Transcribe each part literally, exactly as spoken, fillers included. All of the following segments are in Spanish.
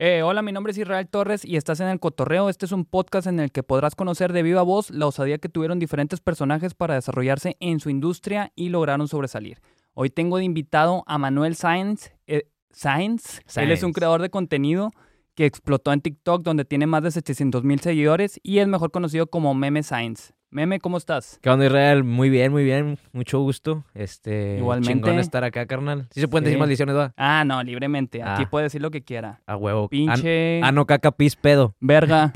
Eh, hola, mi nombre es Israel Torres y estás en El Cotorreo. Este es un podcast en el que podrás conocer de viva voz la osadía que tuvieron diferentes personajes para desarrollarse en su industria y lograron sobresalir. Hoy tengo de invitado a Manuel Sáenz. Eh, Sáenz. Él es un creador de contenido que explotó en TikTok, donde tiene más de setecientos mil seguidores y es mejor conocido como Meme Sáenz. Meme, ¿cómo estás? ¿Qué onda, Israel? Muy bien, muy bien. Mucho gusto. Este, Igualmente. Chingón estar acá, carnal. ¿Sí se pueden Sí. decir maldiciones, va? Ah, no, libremente. Aquí Ah. puede decir lo que quiera. A huevo. Pinche... An- Ano, caca, pis, pedo. Verga.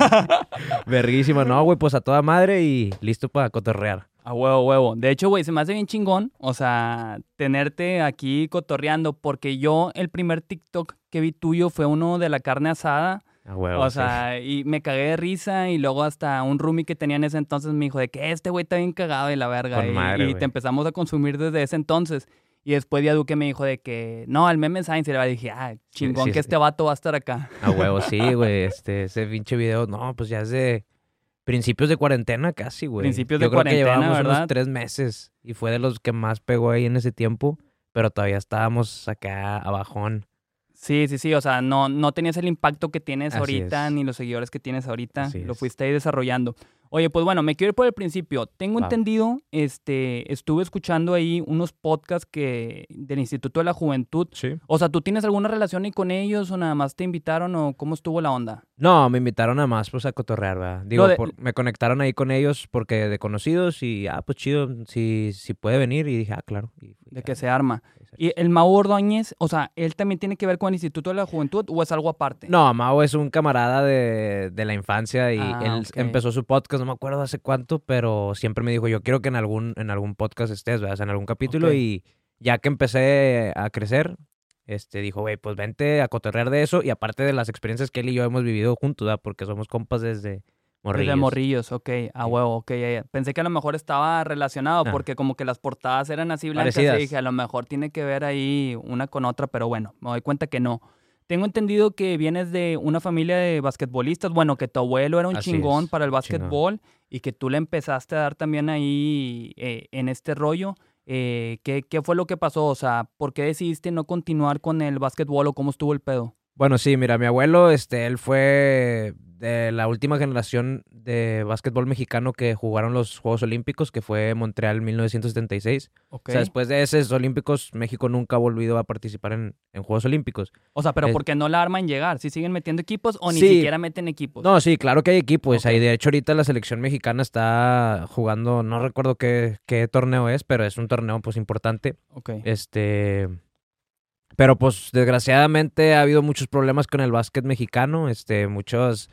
Verguísima. No, güey, pues a toda madre y listo para cotorrear. A huevo, huevo. De hecho, güey, se me hace bien chingón, o sea, tenerte aquí cotorreando, porque yo, el primer TikTok que vi tuyo fue uno de la carne asada. A huevo, O sí. sea, y me cagué de risa y luego hasta un roomie que tenía en ese entonces me dijo de que este güey está bien cagado y la verga. Con y madre, y güey. te empezamos a consumir desde ese entonces. Y después ya Duque me dijo de que, no, el Meme Science. Y le dije, ah, chingón sí, que sí. este vato va a estar acá. A huevo, sí, güey. Este, ese pinche video, no, pues ya es de principios de cuarentena casi, güey. Principios de Yo creo cuarentena, que llevábamos ¿verdad? unos tres meses y fue de los que más pegó ahí en ese tiempo, pero todavía estábamos acá abajón. Sí, sí, sí, o sea, no, no tenías el impacto que tienes Así ahorita, es. ni los seguidores que tienes ahorita, Así lo es. fuiste ahí desarrollando. Oye, pues bueno, me quiero ir por el principio. Tengo Va. entendido, este, estuve escuchando ahí unos podcasts que del Instituto de la Juventud. Sí. O sea, ¿tú tienes alguna relación ahí con ellos o nada más te invitaron o cómo estuvo la onda? No, me invitaron a más, pues, a cotorrear, ¿verdad? Digo, Lo de- por- me conectaron ahí con ellos porque de conocidos y, ah, pues, chido, si, si puede venir. Y dije, ah, claro. Y fui, De ah, que se arma. exacto. ¿Y el Mau Ordóñez, o sea, él también tiene que ver con el Instituto de la Juventud o es algo aparte? No, Mau es un camarada de, de la infancia y Ah, él ok. empezó su podcast, no me acuerdo hace cuánto, pero siempre me dijo, yo quiero que en algún, en algún podcast estés, ¿verdad? O sea, en algún capítulo. Ok. Y ya que empecé a crecer, este, dijo, güey, pues vente a cotorrear de eso y aparte de las experiencias que él y yo hemos vivido juntos, ¿verdad? Porque somos compas desde morrillos. Desde morrillos, ok, a Sí. huevo, ok, ya, ya. Pensé que a lo mejor estaba relacionado No. porque como que las portadas eran así blancas Parecidas. y dije, a lo mejor tiene que ver ahí una con otra, pero bueno, me doy cuenta que no. Tengo entendido que vienes de una familia de basquetbolistas, bueno, que tu abuelo era un Así chingón es, para el chingón. básquetbol y que tú le empezaste a dar también ahí eh, en este rollo. Eh, ¿qué, ¿Qué fue lo que pasó? O sea, ¿por qué decidiste no continuar con el básquetbol o cómo estuvo el pedo? Bueno, sí, mira, mi abuelo, este, él fue de la última generación de básquetbol mexicano que jugaron los Juegos Olímpicos, que fue Montreal mil novecientos setenta y seis. Ok. O sea, después de esos Olímpicos, México nunca ha volvido a participar en, en Juegos Olímpicos. O sea, pero Eh, ¿por qué no la arman llegar? ¿Si siguen metiendo equipos o ni Sí. siquiera meten equipos? No, sí, claro que hay equipos. Ok. Ahí, de hecho, ahorita la selección mexicana está jugando, no recuerdo qué, qué torneo es, pero es un torneo pues importante. Ok. Este, pero pues desgraciadamente ha habido muchos problemas con el básquet mexicano, este, muchos,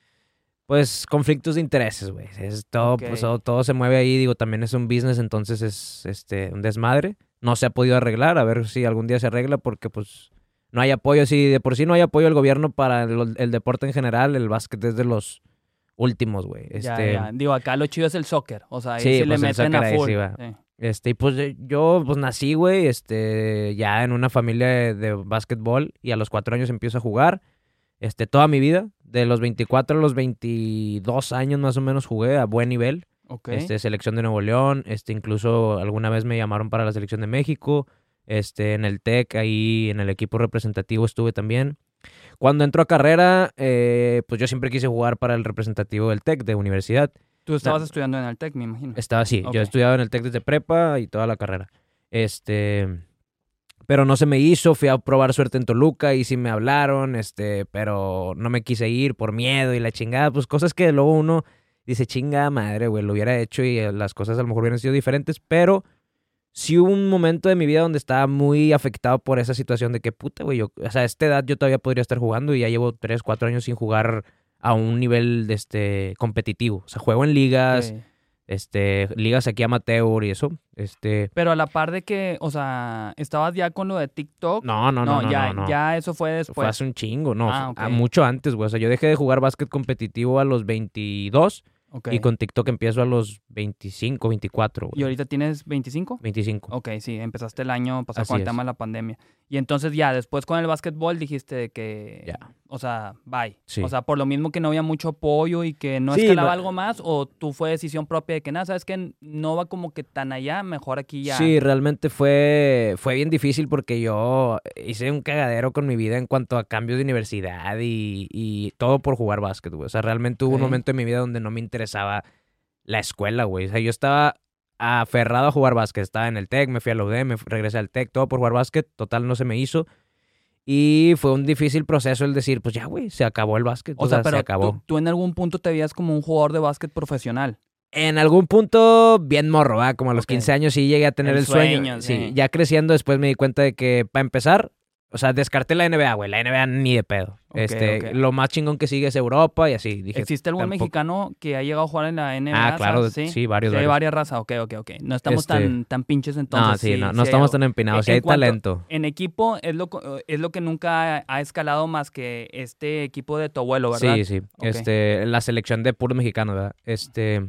pues, conflictos de intereses, güey. Es todo, Ok. pues, todo, todo se mueve ahí, digo, también es un business, entonces es, este, un desmadre. No se ha podido arreglar, a ver si algún día se arregla, porque, pues, no hay apoyo. Si de por sí no hay apoyo del gobierno para el, el deporte en general, el básquet es de los últimos, güey. Ya, Este, ya. Digo, acá lo chido es el soccer. O sea, ahí Sí, sí, le pues el meten soccer a ahí full. sí va. Sí. Este, y pues eh, yo pues nací, güey, este, ya en una familia de, de básquetbol y a los cuatro años empiezo a jugar, este, toda mi vida, de los veinticuatro a los veintidós años más o menos jugué a buen nivel, Ok. este, selección de Nuevo León, este, incluso alguna vez me llamaron para la selección de México, este, en el TEC, ahí en el equipo representativo estuve también. Cuando entró a carrera, eh, pues yo siempre quise jugar para el representativo del TEC de universidad. Tú estabas No. estudiando en el TEC, me imagino. Estaba así, Ok. yo he estudiado en el TEC desde prepa y toda la carrera. Este, pero no se me hizo, fui a probar suerte en Toluca y sí me hablaron, este, pero no me quise ir por miedo y la chingada, pues cosas que luego uno dice, chinga madre, güey, lo hubiera hecho y eh, las cosas a lo mejor hubieran sido diferentes, pero sí hubo un momento de mi vida donde estaba muy afectado por esa situación de que, puta, güey, yo, o sea, a esta edad yo todavía podría estar jugando y ya llevo tres, cuatro años sin jugar a un nivel de este competitivo. O sea, juego en ligas, Ok. este, ligas aquí amateur y eso. Este, Pero a la par de que, o sea, estabas ya con lo de TikTok. no, no, no, no, ya, no, no. ya eso fue Eso después. fue hace un chingo, no, Ah, fue- a ok. mucho antes, güey. O sea, yo dejé de jugar básquet competitivo a los veintidós Ok. y con TikTok empiezo a los veinticinco, veinticuatro, ¿Y güey. ahorita tienes veinticinco? veinticinco. Ok, sí, empezaste el año pasado Así con el es. tema de la pandemia. Y entonces ya, después con el básquetbol dijiste de que... Ya. o sea, bye. Sí. O sea, por lo mismo que no había mucho apoyo y que no Sí, escalaba no- algo más, o tú fue decisión propia de que nada, sabes que no va como que tan allá, mejor aquí ya. Sí, realmente fue, fue bien difícil porque yo hice un cagadero con mi vida en cuanto a cambios de universidad y, y todo por jugar básquet, güey. O sea, realmente hubo un Ok. momento en mi vida donde no me interesaba la escuela, güey. O sea, yo estaba aferrado a jugar básquet. Estaba en el TEC, me fui a la U D M, me regresé al TEC, todo por jugar básquet. Total, no se me hizo. Y fue un difícil proceso el decir, pues ya, güey, se acabó el básquet. O sea, se pero acabó. tú, tú en algún punto te veías como un jugador de básquet profesional. En algún punto, bien morro, ¿va? Como a los Ok. quince años sí llegué a tener El el, sueño. sueño, Sí, sí. ya creciendo después me di cuenta de que, para empezar, o sea, descarté la N B A, güey. La N B A ni de pedo. Ok, este, ok. Lo más chingón que sigue es Europa y así. Dije, ¿Existe algún tampoco- mexicano que ha llegado a jugar en la N B A? Ah, claro, ¿sabes? Sí, sí, varios, Sí, hay varios. varias razas, ok, ok, ok. No estamos Este- tan, tan pinches entonces. No, sí, no, no sí hay estamos algo. tan empinados. Sí En hay cuanto- talento. En equipo es lo, co- es lo que nunca ha escalado más que este equipo de tu abuelo, ¿verdad? Sí, sí. Ok. Este, la selección de puros mexicanos, ¿verdad? Este.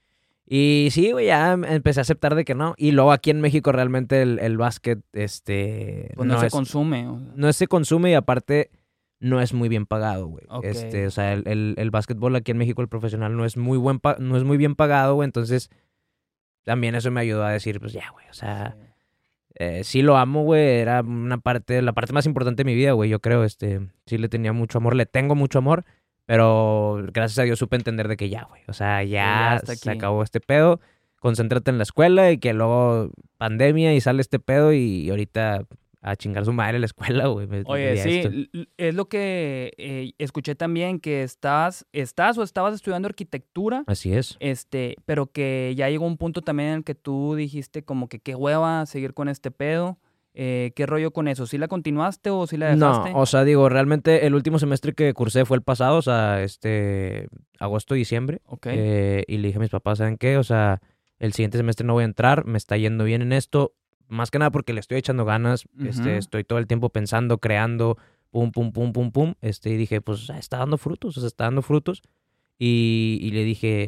Y sí, güey, ya empecé a aceptar de que no. Y luego aquí en México realmente el, el básquet, este. Pues no, se es, consume. o sea. no se consume y aparte no es muy bien pagado, güey. Ok. Este, o sea, el, el, el básquetbol aquí en México, el profesional, no es muy buen pa- no es muy bien pagado, güey. Entonces, también eso me ayudó a decir, pues ya, güey. O sea, eh, sí lo amo, güey. Era una parte, la parte más importante de mi vida, güey. Yo creo, este, sí le tenía mucho amor, le tengo mucho amor. Pero gracias a Dios supe entender de que ya, güey. O sea, ya, ya hasta se aquí. acabó este pedo. Concéntrate en la escuela y que luego pandemia y sale este pedo y ahorita a chingar su madre la escuela, güey. me- Oye, me di a sí, esto. l- l- es lo que eh, escuché también, que estás, estás o estabas estudiando arquitectura, Así es. este, pero que ya llegó un punto también en el que tú dijiste como que qué hueva seguir con este pedo. Eh, ¿qué rollo con eso? ¿Sí la continuaste o sí la No, dejaste? o sea, digo, realmente el último semestre que cursé fue el pasado, o sea, este, agosto, diciembre. Ok. Eh, y le dije a mis papás, ¿saben qué? O sea, el siguiente semestre no voy a entrar, me está yendo bien en esto. Más que nada porque le estoy echando ganas, este, Ujú. estoy todo el tiempo pensando, creando, pum, pum, pum, pum, pum. Este, y dije, pues ah, está dando frutos, o sea, está dando frutos. Y, y le dije,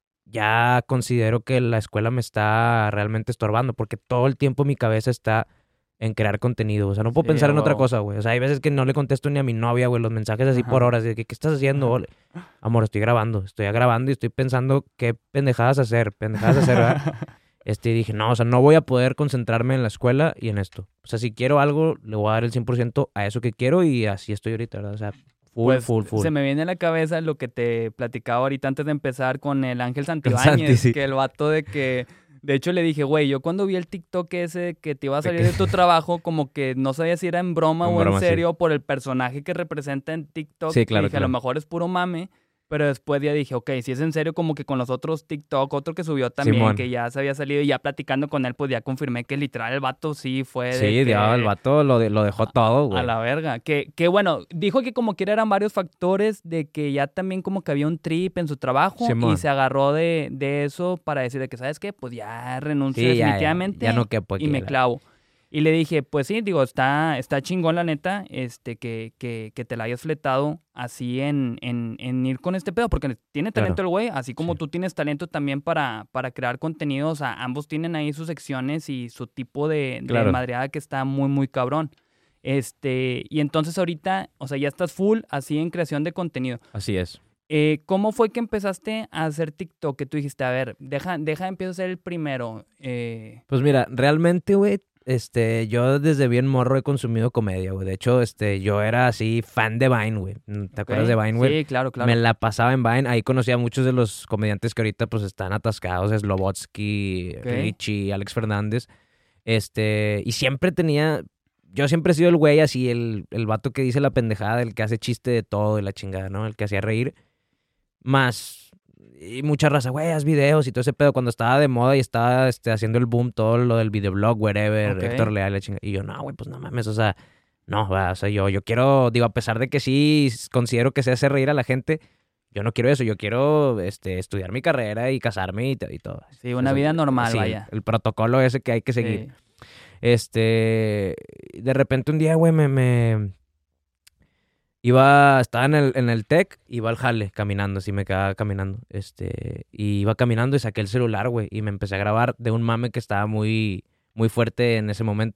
ya considero que la escuela me está realmente estorbando, porque todo el tiempo mi cabeza está en crear contenido. O sea, no puedo Sí, pensar a en otra huevo. cosa, güey. O sea, hay veces que no le contesto ni a mi novia, güey, los mensajes así por Ajá. horas. De que, ¿qué estás haciendo? Ajá. Ole? Amor, estoy grabando. Estoy grabando y estoy pensando qué pendejadas hacer. Pendejadas hacer, ¿verdad? Este, y dije, no, o sea, no voy a poder concentrarme en la escuela y en esto. O sea, si quiero algo, le voy a dar el cien por ciento a eso que quiero y así estoy ahorita, ¿verdad? O sea, full, Pues full, full. se me viene a la cabeza lo que te platicaba ahorita antes de empezar con el Ángel Santi, Santibáñez, sí. que el vato de que, de hecho le dije, güey, yo cuando vi el TikTok ese que te iba a De salir que- de tu trabajo, como que no sabía si era en broma En o broma, en sí. serio por el personaje que representa en TikTok. Sí, Y claro, dije, a lo claro. mejor es puro mame. Pero después ya dije, ok, si es en serio, como que con los otros TikTok, otro que subió también, Simón. que ya se había salido y ya platicando con él, pues ya confirmé que literal el vato sí fue de Sí, que... ya, el vato lo, de- lo dejó todo, güey. A la verga. Que, que bueno, dijo que como que eran varios factores de que ya también como que había un trip en su trabajo Simón. y se agarró de, de eso para decir de que, ¿sabes qué? Pues ya renuncio Sí, ya, ya, definitivamente ya no quepo aquí, y me la- clavo. Y le dije, pues sí, digo, está, está chingón la neta, este, que, que, que te la hayas fletado así en, en, en ir con este pedo, porque tiene talento Claro. el güey, así como Sí. tú tienes talento también para, para crear contenido, o sea, ambos tienen ahí sus secciones y su tipo de, de Claro. madreada que está muy, muy cabrón. Este, y entonces ahorita, o sea, ya estás full así en creación de contenido. Así es. Eh, ¿cómo fue que empezaste a hacer TikTok? Que tú dijiste, a ver, deja, deja, empiezo a ser el primero. Eh, Pues mira, realmente, güey, este, yo desde bien morro he consumido comedia, güey. De hecho, este, yo era así fan de Vine, güey. ¿Te acuerdas ¿ok? de Vine, güey? Sí, claro, claro. Me la pasaba en Vine. Ahí conocí a muchos de los comediantes que ahorita pues están atascados. Slobotsky, Ok. Richie, Alex Fernández. Este, y siempre tenía... Yo siempre he sido el güey así, el, el vato que dice la pendejada, el que hace chiste de todo y la chingada, ¿no? El que hacía reír. Más... Y mucha raza, güey, haz videos y todo ese pedo. Cuando estaba de moda y estaba este, haciendo el boom, todo lo del videoblog, wherever, Ok. Héctor Leal, la chingada. Y yo, no, güey, pues no mames, o sea... No, va, o sea, yo, yo quiero, digo, a pesar de que sí considero que se hace reír a la gente, yo no quiero eso, yo quiero este, estudiar mi carrera y casarme y, to- y todo. Sí, una O sea, vida normal, sí, vaya. El protocolo ese que hay que seguir. Sí. Este, de repente un día, güey, me, me iba, estaba en el, en el TEC, iba al jale caminando, así me quedaba caminando. Este, y iba caminando y saqué el celular, güey, y me empecé a grabar de un mame que estaba muy, muy fuerte en ese momento, güey.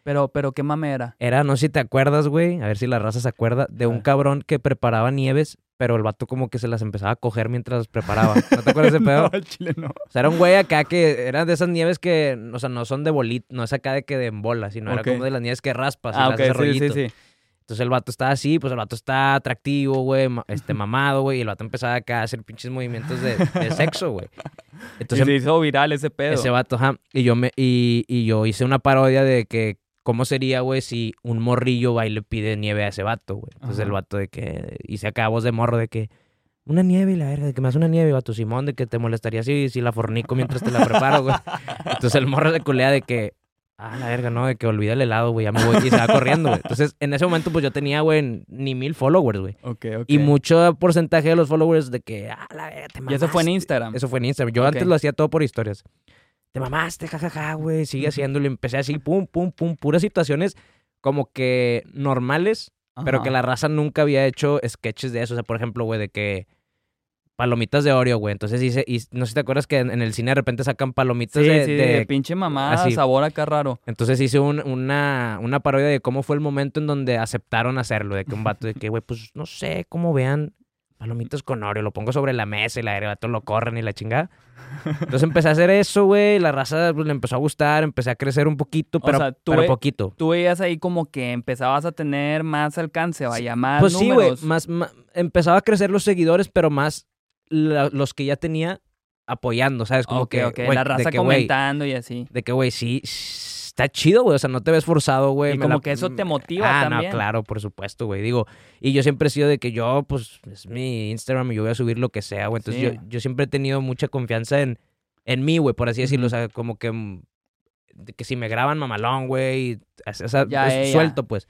Pero, pero, ¿qué mame era? Era, no sé si te acuerdas, güey, a ver si la raza se acuerda, de un cabrón que preparaba nieves, pero el vato como que se las empezaba a coger mientras las preparaba. ¿No te acuerdas de ese pedo? No, al chile no. O sea, era un güey acá que eran de esas nieves que, o sea, no son de bolita, no es acá de que de en bola, sino Ok. era como de las nieves que raspas y Ah, las ok, haces sí, sí, rollitos. sí. Entonces el vato está así, pues el vato está atractivo, güey, ma- este, mamado, güey, y el vato empezaba acá a hacer pinches movimientos de, de sexo, güey. Y Entonces se hizo viral ese pedo. ese vato, ajá, y yo, me, y, y yo hice una parodia de que cómo sería, güey, si un morrillo va y le pide nieve a ese vato, güey. Entonces Ajá. el vato de que, hice acá voz de morro de que, una nieve y la verga, de que me hace una nieve, vato, Simón, de que te molestaría si, si la fornico mientras te la preparo, güey. Entonces el morro se culea de que, ah, la verga, no, de que olvida el helado, güey, ya me voy, y se va corriendo, güey. Entonces en ese momento, pues yo tenía, güey, ni mil followers, güey. Ok, ok. Y mucho porcentaje de los followers de que, ah, la verga, te mamaste. Y eso fue en Instagram. Eso fue en Instagram. Yo Ok. antes lo hacía todo por historias. Te mamaste, jajaja, güey, sigue haciéndolo. Y empecé así, pum, pum, pum, puras situaciones como que normales, pero Ajá. que la raza nunca había hecho sketches de eso. O sea, por ejemplo, güey, de que palomitas de Oreo, güey. Entonces hice, y no sé si te acuerdas que en, en el cine de repente sacan palomitas Sí, de, sí, de- de pinche mamada, así. sabor acá raro. Entonces hice un- una, una parodia de cómo fue el momento en donde aceptaron hacerlo. De que un vato de que, güey, pues no sé, cómo vean palomitas con Oreo. Lo pongo sobre la mesa y la el vato lo corren y la chingada. Entonces empecé a hacer eso, güey. La raza pues, le empezó a gustar. Empecé a crecer un poquito, pero, sea, tú pero ve- poquito. Tú veías ahí como que empezabas a tener más alcance, vaya, más Pues sí, güey. números. Más, más- empezaba a crecer los seguidores, pero más la- los que ya tenía apoyando, ¿sabes? Como Ok, que, ok, güey, la de raza que, güey, comentando y así. de que, güey, sí, está chido, güey. O sea, no te ves forzado, güey. Y me como la- que eso te motiva ah, también. no, claro, por supuesto, güey. Digo, y yo siempre he sido de que yo, pues, es mi Instagram y yo voy a subir lo que sea, güey. Entonces Sí. yo, yo siempre he tenido mucha confianza en, en mí, güey, por así decirlo. Ujú. O sea, como que, mm, de que si me graban mamalón, güey, o sea, Ya, es ya, ya. suelto, pues.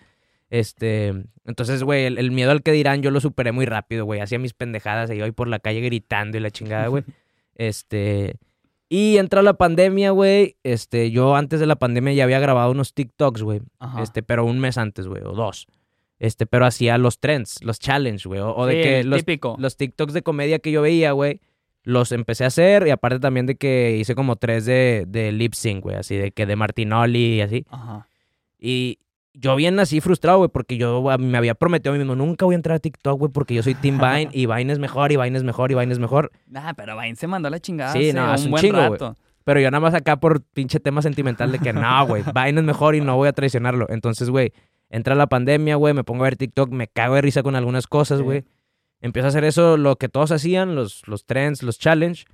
Este, entonces, güey, el, el miedo al que dirán yo lo superé muy rápido, güey. Hacía mis pendejadas y iba ahí por la calle gritando y la chingada, güey. Este, y entra la pandemia, güey. Este, yo antes de la pandemia ya había grabado unos TikToks, güey. Ajá. Este, pero un mes antes, güey, o dos. Este, pero hacía los trends, los challenge, güey. O, o de Sí, que el los, típico. los TikToks de comedia que yo veía, güey, los empecé a hacer. Y aparte también de que hice como tres de, de lip sync, güey. Así de que de Martinoli y así. Ajá. Y yo bien así frustrado, güey, porque yo a- me había prometido a mí mismo, nunca voy a entrar a TikTok, güey, porque yo soy Team Vine y Vine es mejor y Vine es mejor y Vine es mejor. Nah, pero Vine se mandó a la chingada Sí, hace no, hace un un buen chingo, güey. rato. Pero yo nada más acá por pinche tema sentimental de que no, güey, Vine es mejor y no voy a traicionarlo. Entonces, güey, entra la pandemia, güey, me pongo a ver TikTok, me cago de risa con algunas cosas, Sí. güey. Empiezo a hacer eso, lo que todos hacían, los, los trends, los challenge.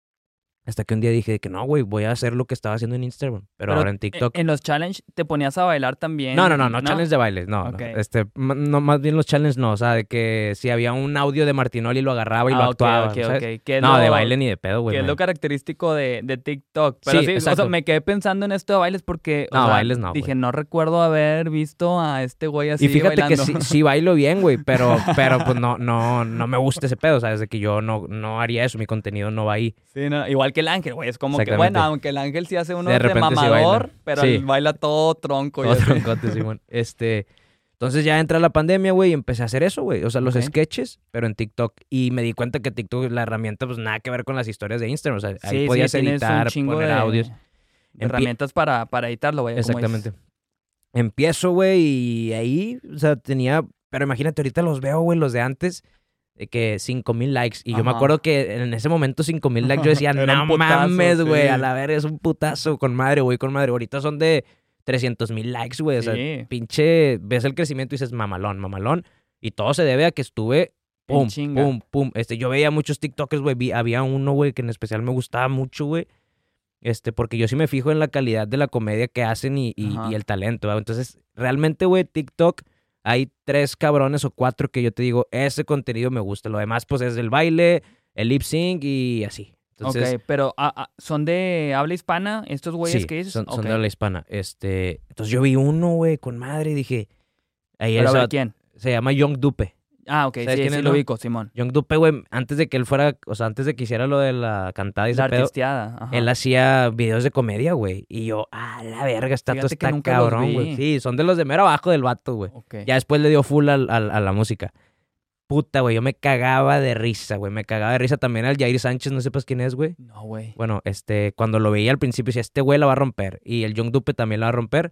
Hasta que un día dije que no, güey, voy a hacer lo que estaba haciendo en Instagram, pero, ahora en TikTok. En, en los challenge te ponías a bailar también. No, no, no, no, challenge de bailes, no, Ok. no. Este, m- no, más bien los challenges no, o sea, de que si había un audio de Martinoli lo agarraba y lo Ah, ok, actuaba, ok, ¿sabes? ok. ¿Qué es No, lo- de baile ni de pedo, güey. Que es me- lo característico de, de TikTok. Pero Sí, sí, o sea, exacto. me quedé pensando en esto de bailes porque. o No, sea, bailes no, Dije, güey. no recuerdo haber visto a este güey así. Y fíjate bailando. que sí, sí bailo bien, güey, pero, pero pues no, no, no me gusta ese pedo, ¿sabes? De que yo no, no haría eso, mi contenido no va ahí. Sí, no, igual que el ángel, güey. Es como que, Exactamente. bueno, aunque el ángel sí hace uno De de, repente sí mamador, baila. pero Sí. él baila todo tronco. y Todo así. troncote, Simón. Este, entonces ya entra la pandemia, güey, y empecé a hacer eso, güey. O sea, los Ok. sketches, pero en TikTok. Y me di cuenta que TikTok, la herramienta, pues nada que ver con las historias de Instagram. O sea, ahí Sí, podías sí, tienes un editar, chingo poner de, audios. de Empie- herramientas para, para editarlo, güey. como Exactamente. dices. Empiezo, güey, y ahí, o sea, tenía... Pero imagínate, ahorita los veo, güey, los de antes, de que cinco mil likes. Y yo me Ajá. acuerdo que en ese momento cinco mil likes yo decía, Era no un putazo, mames, güey, sí. a la verga, es un putazo con madre, güey, con madre. Ahorita son de trescientos mil likes, güey. O sea, Sí. pinche, ves el crecimiento y dices, mamalón, mamalón. Y todo se debe a que estuve, En pum, chinga. pum, pum. Este, yo veía muchos TikTokers, güey. vi- Había uno, güey, que en especial me gustaba mucho, güey. Este, porque yo sí me fijo en la calidad de la comedia que hacen y, y- Ajá. y el talento, ¿verdad? Entonces, realmente, güey, TikTok, hay tres cabrones o cuatro que yo te digo, ese contenido me gusta. Lo demás, pues, es el baile, el lip sync y así. Entonces, ok, pero ah, ah, ¿son de habla hispana estos güeyes sí, que dices? son, son Ok. de habla hispana. Este, entonces yo vi uno, güey, con madre y dije, ahí Pero a esa- ver, ¿quién? se llama Young Dupe. Ah, ok, ¿Sabes sí, quién sí es, lo no? ubico, Simón. Young Dupe, güey, antes de que él fuera, o sea, antes de que hiciera lo de la cantada y La ese pedo, artisteada. Ajá. él hacía videos de comedia, güey. Y yo, ah, la verga, está todo Fíjate que está nunca los cabrón, vi. güey. Sí, son de los de mero abajo del vato, güey. Ok. Ya después le dio full al- al- a la música. Puta, güey, yo me cagaba de risa, güey. Me cagaba de risa también al Jair Sánchez, no sepas quién es, güey. No, güey. Bueno, este, cuando lo veía al principio decía, este güey la va a romper. Y el Young Dupe también la va a romper.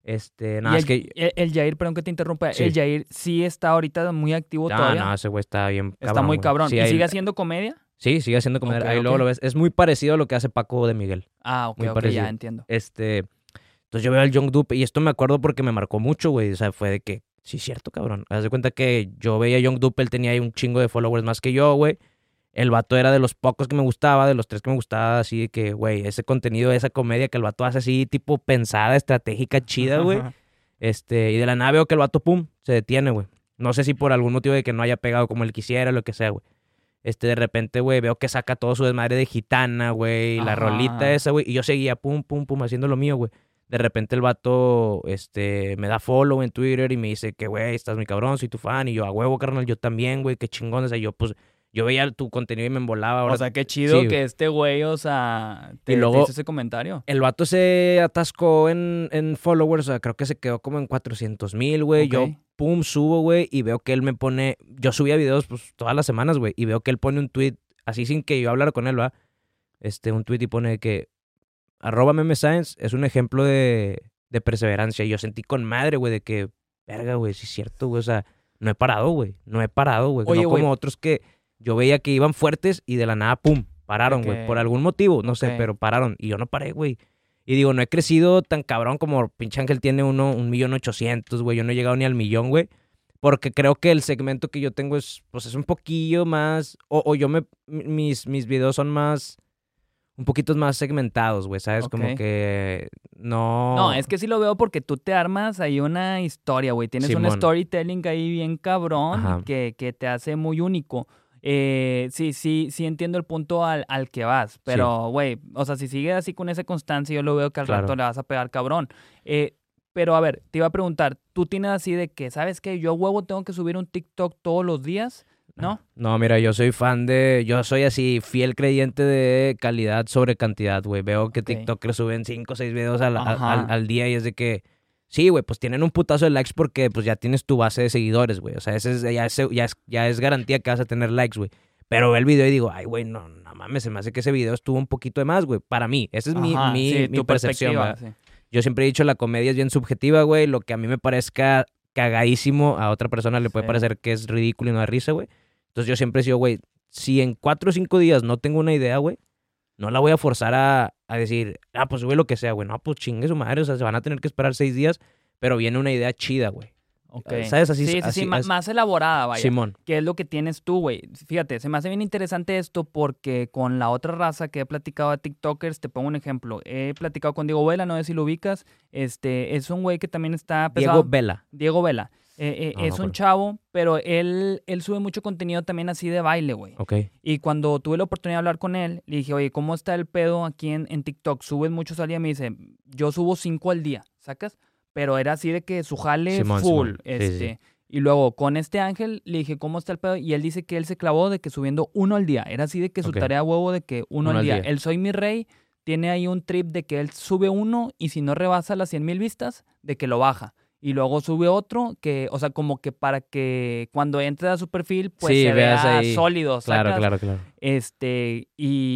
Este, Y nada, el, es que... el, el Jair, perdón que te interrumpa, Sí. el Jair sí está ahorita muy activo No, todavía. no, ese güey está bien cabrón, Está muy güey. cabrón. Sí, ¿Y ahí- sigue haciendo comedia? Sí, sigue haciendo comedia. Ok, Ahí ok. luego lo ves. Es muy parecido a lo que hace Paco de Miguel. Ah, ok, Muy ok, parecido. ya entiendo. Este, entonces yo veo al Young Dupe y esto me acuerdo porque me marcó mucho, güey. O sea, fue de que, sí, cierto, cabrón. Haz de cuenta que yo veía a Young Dupe, él tenía ahí un chingo de followers más que yo, güey. El vato era de los pocos que me gustaba, de los tres que me gustaba, así de que, güey, ese contenido, esa comedia que el vato hace así, tipo pensada, estratégica, chida, güey. Este, y de la nada veo que el vato, pum, se detiene, güey. No sé si por algún motivo de que no haya pegado como él quisiera, lo que sea, güey. Este, de repente, güey, veo que saca todo su desmadre de gitana, güey, la Ajá. rolita esa, güey. Y yo seguía, pum, pum, pum, haciendo lo mío, güey. De repente el vato, este, me da follow en Twitter y me dice que, güey, estás muy cabrón, soy tu fan. Y yo, a huevo, carnal, yo también, güey, qué chingón. O sea, yo, pues, yo veía tu contenido y me embolaba. Ahora, O sea, qué chido sí, que este güey, o sea, te, Y te luego- hizo ese comentario. el vato se atascó en, en followers, o sea, creo que se quedó como en cuatrocientos mil, güey. Ok. Yo, pum, subo, güey, y veo que él me pone... Yo subía videos, pues, todas las semanas, güey, y veo que él pone un tweet, así sin que yo hablara con él, ¿va? Este, un tweet y pone que... Arroba Meme Science es un ejemplo de, de perseverancia. Y yo sentí con madre, güey, de que... Verga, güey, sí es cierto, güey, o sea, no he parado, güey. No he parado, güey. Oye, No güey. como otros que yo veía que iban fuertes y de la nada, pum, pararon, De güey. que- Por algún motivo, no Ok. sé, pero pararon. Y yo no paré, güey. Y digo, no he crecido tan cabrón como pinche Ángel tiene uno, un millón ochocientos, güey. Yo no he llegado ni al millón, güey. Porque creo que el segmento que yo tengo es, pues es un poquillo más, o, o yo me, mis, mis videos son más, un poquito más segmentados, güey, ¿sabes? Ok. Como que no... No, es que sí lo veo porque tú te armas ahí una historia, güey. Tienes un Simón. storytelling ahí bien cabrón Ajá. que, que te hace muy único. Eh, sí, sí, sí entiendo el punto al, al que vas, pero, güey, o sea, si sigues así con esa constancia, yo lo veo que al Claro. rato le vas a pegar cabrón. Eh, pero, a ver, te iba a preguntar, ¿tú tienes así de que, ¿sabes qué? Yo, huevo, tengo que subir un TikTok todos los días, ¿no? No, mira, yo soy fan de... Yo soy así, fiel creyente de calidad sobre cantidad, güey. Veo que Ok. TikTokers suben cinco o seis videos al, al, Ajá. al- al día y es de que... Sí, güey, pues tienen un putazo de likes porque pues ya tienes tu base de seguidores, güey. O sea, ese es, ya, es, ya, es, ya es garantía que vas a tener likes, güey. Pero veo el video y digo, ay, güey, no, no mames, se me hace que ese video estuvo un poquito de más, güey. Para mí, esa es mi, Ajá, mi, sí, mi tu percepción, perspectiva, ¿verdad? sí. Yo siempre he dicho, la comedia es bien subjetiva, güey. Lo que a mí me parezca cagadísimo, a otra persona le puede Sí. parecer que es ridículo y no da risa, güey. Entonces yo siempre he sido, güey, si en cuatro o cinco días no tengo una idea, güey, no la voy a forzar a, a decir, ah, pues sube lo que sea, güey. No, pues chingue su madre, o sea, se van a tener que esperar seis días, pero viene una idea chida, güey. Ok. ¿Sabes? Así- sí, sí, así- sí, ma- así- más elaborada, vaya. Simón. ¿Qué es lo que tienes tú, güey? Fíjate, se me hace bien interesante esto porque con la otra raza que he platicado de TikTokers, te pongo un ejemplo. He platicado con Diego Vela, no sé si lo ubicas. Este, es un güey que también está pesado. Diego Vela. Diego Vela. Eh, eh, No, no es un conozco. chavo, pero él, él sube mucho contenido también así de baile, güey. Ok. Y cuando tuve la oportunidad de hablar con él, le dije, oye, ¿cómo está el pedo aquí en, en TikTok? ¿Subes muchos al día? Me dice, yo subo cinco al día, ¿sacas? Pero era así de que su jale Simón, full. Simón. Sí, este. sí. Y luego con este Ángel le dije, ¿cómo está el pedo? Y él dice que él se clavó de que subiendo uno al día. Era así de que su Ok. tarea huevo de que uno, Uno al al día. día. El Soy Mi Rey tiene ahí un trip de que él sube uno y si no rebasa las cien mil vistas, de que lo baja. Y luego sube otro que, o sea, como que para que cuando entres a su perfil, pues Sí, se veas vea ahí. sólido, Claro, ¿sacas? claro, claro. Este,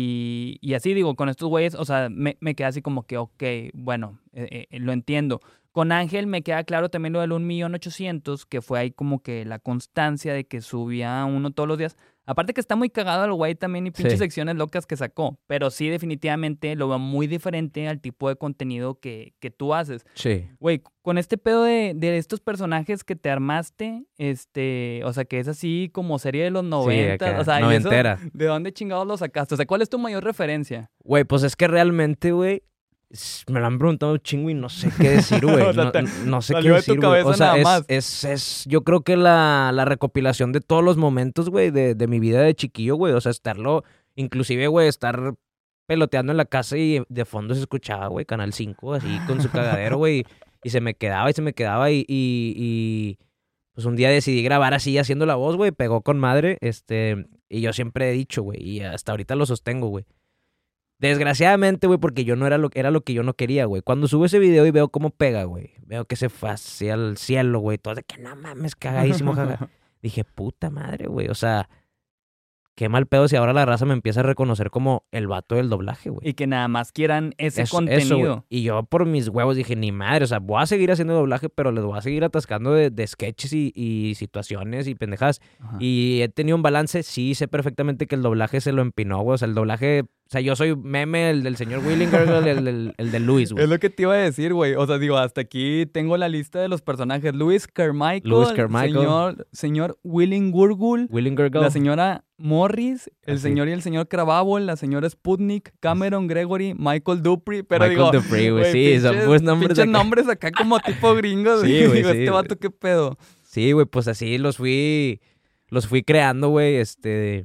y, y así digo, con estos güeyes, o sea, me, me queda así como que, ok, bueno, eh, eh, lo entiendo. Con Ángel me queda claro también lo del un millón ochocientos, que fue ahí como que la constancia de que subía uno todos los días. Aparte que está muy cagado el güey también y pinches Sí. secciones locas que sacó. Pero sí, definitivamente lo veo muy diferente al tipo de contenido que, que tú haces. Sí. Güey, con este pedo de, de estos personajes que te armaste, este, o sea, que es así como serie de los noventa, acá, o sea, y eso, noventera. ¿de dónde chingados lo sacaste? O sea, ¿cuál es tu mayor referencia? Güey, pues es que realmente, güey, s- me lo han preguntado un chingo y no sé qué decir, güey. O sea, no, te- no sé qué salió de tu decir, güey. O cabeza sea, nada es, más. es, es, yo creo que la, la recopilación de todos los momentos, güey, de, de mi vida de chiquillo, güey. O sea, estarlo, inclusive, güey, estar peloteando en la casa y de fondo se escuchaba, güey, Canal cinco, así con su cagadero, güey. Y se me quedaba y se me quedaba y, y, y, pues un día decidí grabar así haciendo la voz, güey. Pegó con madre, este, y yo siempre he dicho, güey, y hasta ahorita lo sostengo, güey. Desgraciadamente, güey, porque yo no era lo, era lo que yo no quería, güey. Cuando subo ese video y veo cómo pega, güey. Veo que se fue hacia el cielo, güey. Todo de que no mames, cagadísimo, jaja. Dije, puta madre, güey. O sea, qué mal pedo si ahora la raza me empieza a reconocer como el vato del doblaje, güey. Y que nada más quieran ese Eso- contenido. eso, güey. Y yo por mis huevos dije, ni madre, o sea, voy a seguir haciendo doblaje, pero les voy a seguir atascando de, de sketches y, y situaciones y pendejadas. Ajá. Y he tenido un balance, sí, sé perfectamente que el doblaje se lo empinó, güey. O sea, el doblaje, o sea, yo soy meme, el del señor Willinger, el, el, el, el de Luis, güey. Es lo que te iba a decir, güey. O sea, digo, hasta aquí tengo la lista de los personajes. Louis Carmichael, Louis Carmichael. señor, señor Willing Gurgle, Willinger, la señora Morris, el Así. señor y el señor Crabable, la señora Sputnik, Cameron Gregory, Michael Dupree, pero Michael digo, Dupree, güey, sí, son pinches- pues nombres pinches acá. nombres acá como tipo gringos. Sí, y güey, digo, sí, este güey. vato, qué pedo. Sí, güey, pues así los fui, los fui creando, güey, este,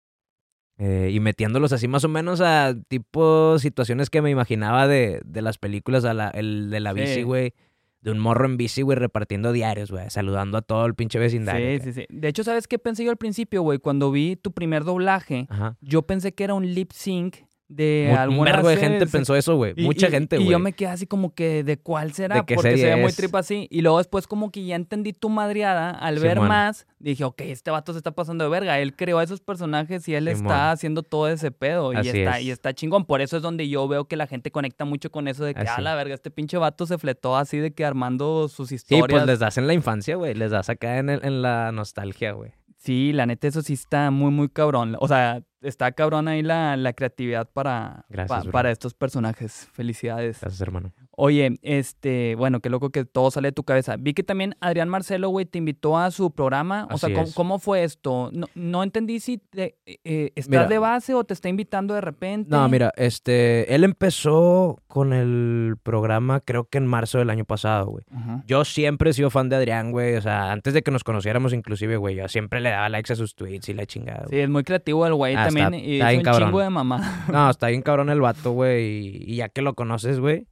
eh, y metiéndolos así más o menos a tipo situaciones que me imaginaba de, de las películas, a la, el de la Sí. bici, güey, de un morro en bici, güey, repartiendo diarios, güey, saludando a todo el pinche vecindario. Sí, sí, sí. De hecho, ¿sabes qué pensé yo al principio, güey? Cuando vi tu primer doblaje, Ajá. yo pensé que era un lip sync de Mu- Un alguna vergo de serie- gente se- pensó eso, güey, y- mucha y- gente, Y güey. yo me quedé así como que, ¿de cuál será? ¿De qué Porque se serie ve muy es? trip así. Y luego después como que ya entendí tu madreada. Al ver Simón. más, dije, ok, este vato se está pasando de verga. Él creó esos personajes y él Simón. está haciendo todo ese pedo. Y Así está, es. y está chingón. Por eso es donde yo veo que la gente conecta mucho con eso de que, Así. ah, la verga, este pinche vato se fletó así de que armando sus Sí, historias. pues les das en la infancia, güey, les das acá en, el- en la nostalgia, güey. Sí, la neta, eso sí está muy, muy cabrón. O sea, está cabrón ahí la, la creatividad para, Gracias, pa- bro. para estos personajes. Felicidades. Gracias, hermano. Oye, este, bueno, qué loco que todo sale de tu cabeza. Vi que también Adrián Marcelo, güey, te invitó a su programa. O sea, Así ¿cómo, es. cómo fue esto? No, no entendí si te, eh, estás Mira. de base o te está invitando de repente. No, mira, este, él empezó con el programa creo que en marzo del año pasado, güey. Ajá. Yo siempre he sido fan de Adrián, güey. O sea, antes de que nos conociéramos inclusive, güey, yo siempre le daba likes a sus tweets y la chingada, Sí, güey. es muy creativo el güey Ah, también. está- y está es bien un cabrón. chingo de mamá. No, está bien cabrón el vato, güey. Y, y ya que lo conoces, güey,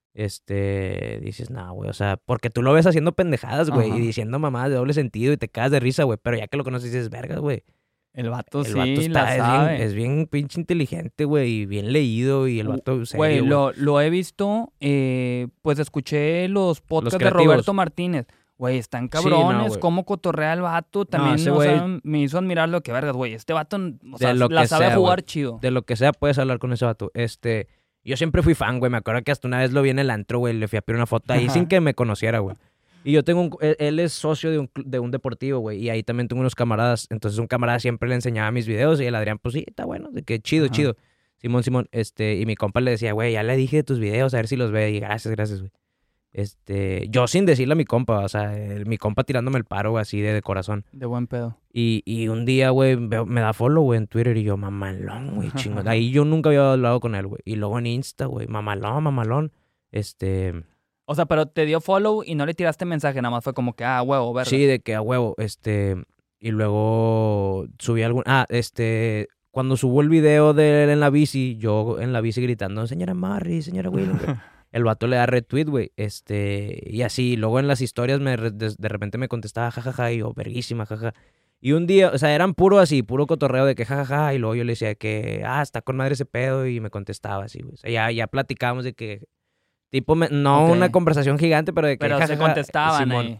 este, dices, no, güey, o sea, porque tú lo ves haciendo pendejadas, güey, Ajá. y diciendo mamadas de doble sentido y te cagas de risa, güey. Pero ya que lo conoces dices, vergas, güey. El vato El sí vato la está, es sabe. bien, es bien pinche inteligente, güey, y bien leído y el vato serio, Güey, güey. lo, lo he visto, eh, pues escuché los podcasts de creativos. Roberto Martínez. Güey, están Sí, cabrones, no, güey. cómo cotorrea el vato. También ese o sea, güey- me hizo admirar lo que vergas, güey. Este vato, o sea, lo la que sabe sea, jugar güey. chido. De lo que sea puedes hablar con ese vato. Este, yo siempre fui fan, güey. Me acuerdo que hasta una vez lo vi en el antro, güey. Le fui a pedir una foto ahí sin que me conociera, güey. Y yo tengo un... Él, él es socio de un, cl- de un deportivo, güey. Y ahí también tengo unos camaradas. Entonces un camarada siempre le enseñaba mis videos. Y el Adrián, pues sí, está bueno. De que chido, Ajá. chido. Simón, Simón. Este, y mi compa le decía, güey, ya le dije de tus videos, a ver si los ve. Y gracias, gracias, güey. Este, yo sin decirle a mi compa, o sea, el- mi compa tirándome el paro, güey, así de, de corazón. De buen pedo. Y, y un día, güey, veo- me da follow, güey, en Twitter y yo, mamalón, güey, chingón. Ahí yo nunca había hablado con él, güey. Y luego en Insta, güey, mamalón, mamalón. Este, O sea, pero te dio follow y no le tiraste mensaje, nada más fue como que, ah, huevo, verga. sí, de que a huevo, este, y luego subí algún, ah, este, cuando subo el video de él en la bici, yo en la bici gritando, señora Marry, señora Will, el vato le da retweet, güey, este, y así, luego en las historias me, re- de, de repente me contestaba, jajaja, y yo, verguísima, jaja. Y un día, o sea, eran puro así, puro cotorreo de que jajaja, y luego yo le decía que, ah, está con madre ese pedo, y me contestaba así, güey. O sea, ya, ya platicábamos de que, tipo, me- no Ok. una conversación gigante, pero de que, Pero se jajaja, contestaban Simón. ahí.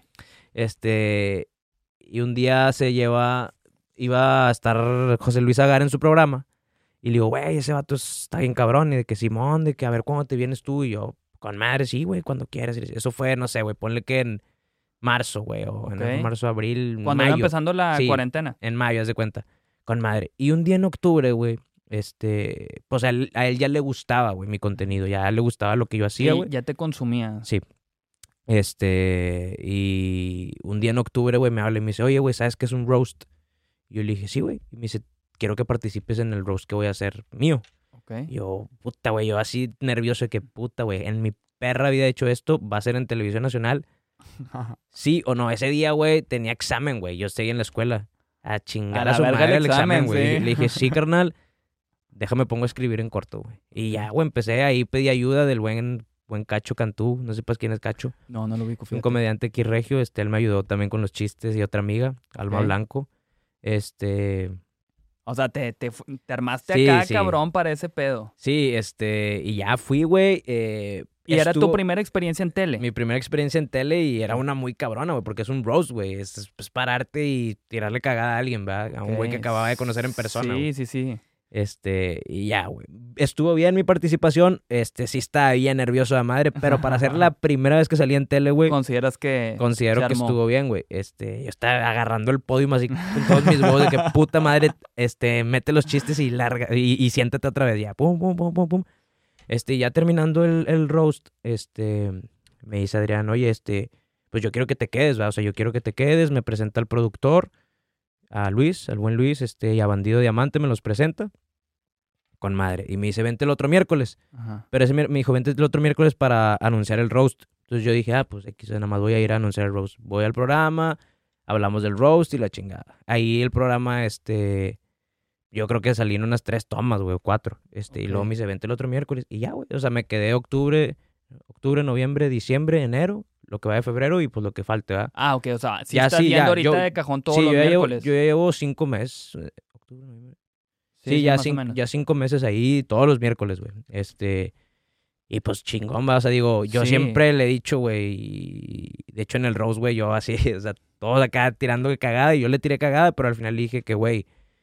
Este, y un día se lleva, iba a estar José Luis Agar en su programa. Y le digo, güey, ese vato está bien cabrón. Y de que Simón, de que a ver cuándo te vienes tú. Y yo, con madre, sí, güey, cuando quieras. Y eso fue, no sé, güey, ponle que en marzo, güey, o en Ok. marzo, abril, Cuando iba mayo. empezando la Sí. cuarentena. En mayo, haz de cuenta. Con madre. Y un día en octubre, güey, este, pues a él, a él ya le gustaba, güey, mi contenido. Ya le gustaba lo que yo hacía, Sí, güey. ya te consumía. Sí. Este, y un día en octubre, güey, me habla y me dice, oye, güey, ¿sabes qué es un roast? Y yo le dije, sí, güey. Y me dice, quiero que participes en el roast que voy a hacer mío. Ok. Y yo, puta, güey, yo así nervioso de que, puta, güey, en mi perra vida he hecho esto, va a ser en televisión nacional. Sí o no, ese día, güey, tenía examen, güey. Yo estoy en la escuela. A chingar A a, la su verga madre el el examen, examen, güey. sí. Le dije, sí, carnal, déjame pongo a escribir en corto, güey. Y ya, güey, empecé ahí, pedí ayuda del buen, buen Cacho Cantú. No sepas quién es Cacho. No, no lo ubico, Un fíjate. comediante aquí regio. Este, él me ayudó también con los chistes y otra amiga, Alma Ok. Blanco. Este, O sea, te, te, fu- te armaste Sí, acá, sí. cabrón, para ese pedo. sí, este, y ya fui, güey. eh, Y era tu estuvo- primera experiencia en tele. Mi primera experiencia en tele y era una muy cabrona, güey, porque es un roast, güey. Es, es, es pararte y tirarle cagada a alguien, ¿verdad? A un güey que Ok. acababa de conocer en persona, Sí, güey. sí, sí. Este, y ya, güey. Estuvo bien mi participación. Este, sí estaba bien nervioso de madre, pero para ser la primera vez que salí en tele, güey, ¿Consideras que considero se que armó? estuvo bien, güey. Este, yo estaba agarrando el podio así con todos mis huevos de que puta madre, este, mete los chistes y larga, y, y siéntate otra vez, ya, pum, pum, pum, pum, pum. Este, ya terminando el, el roast, este, me dice Adrián, oye, este, pues yo quiero que te quedes, ¿va? O sea, yo quiero que te quedes, me presenta al productor, a Luis, al buen Luis, este, y a Bandido Diamante me los presenta, con madre. Y me dice, vente el otro miércoles. Ajá. Pero ese mier- me dijo, vente el otro miércoles para anunciar el roast. Entonces yo dije, ah, pues X, nada más voy a ir a anunciar el roast. Voy al programa, hablamos del roast y la chingada. Ahí el programa, este, yo creo que salí en unas tres tomas, güey, o cuatro. Este, y luego Ok. me dice, vente el otro miércoles. Y ya, güey, o sea, me quedé octubre, octubre, noviembre, diciembre, enero, lo que va de febrero y pues lo que falte, ¿verdad? Ah, ok, o sea, si Ya estás sí, viendo ya, ahorita yo- de cajón todos sí, los yo ya, llevo, miércoles. yo ya llevo cinco meses. eh, octubre, noviembre. Sí, sí, ya, más o cin- menos. ya cinco meses ahí, todos los miércoles, güey. Este, y pues chingón, va. O sea, digo, yo Sí. siempre le he dicho, güey, y de hecho en el Rose, güey, yo así, o sea, todos acá tirando de cagada y yo le tiré cagada, pero al final le dije que, güey,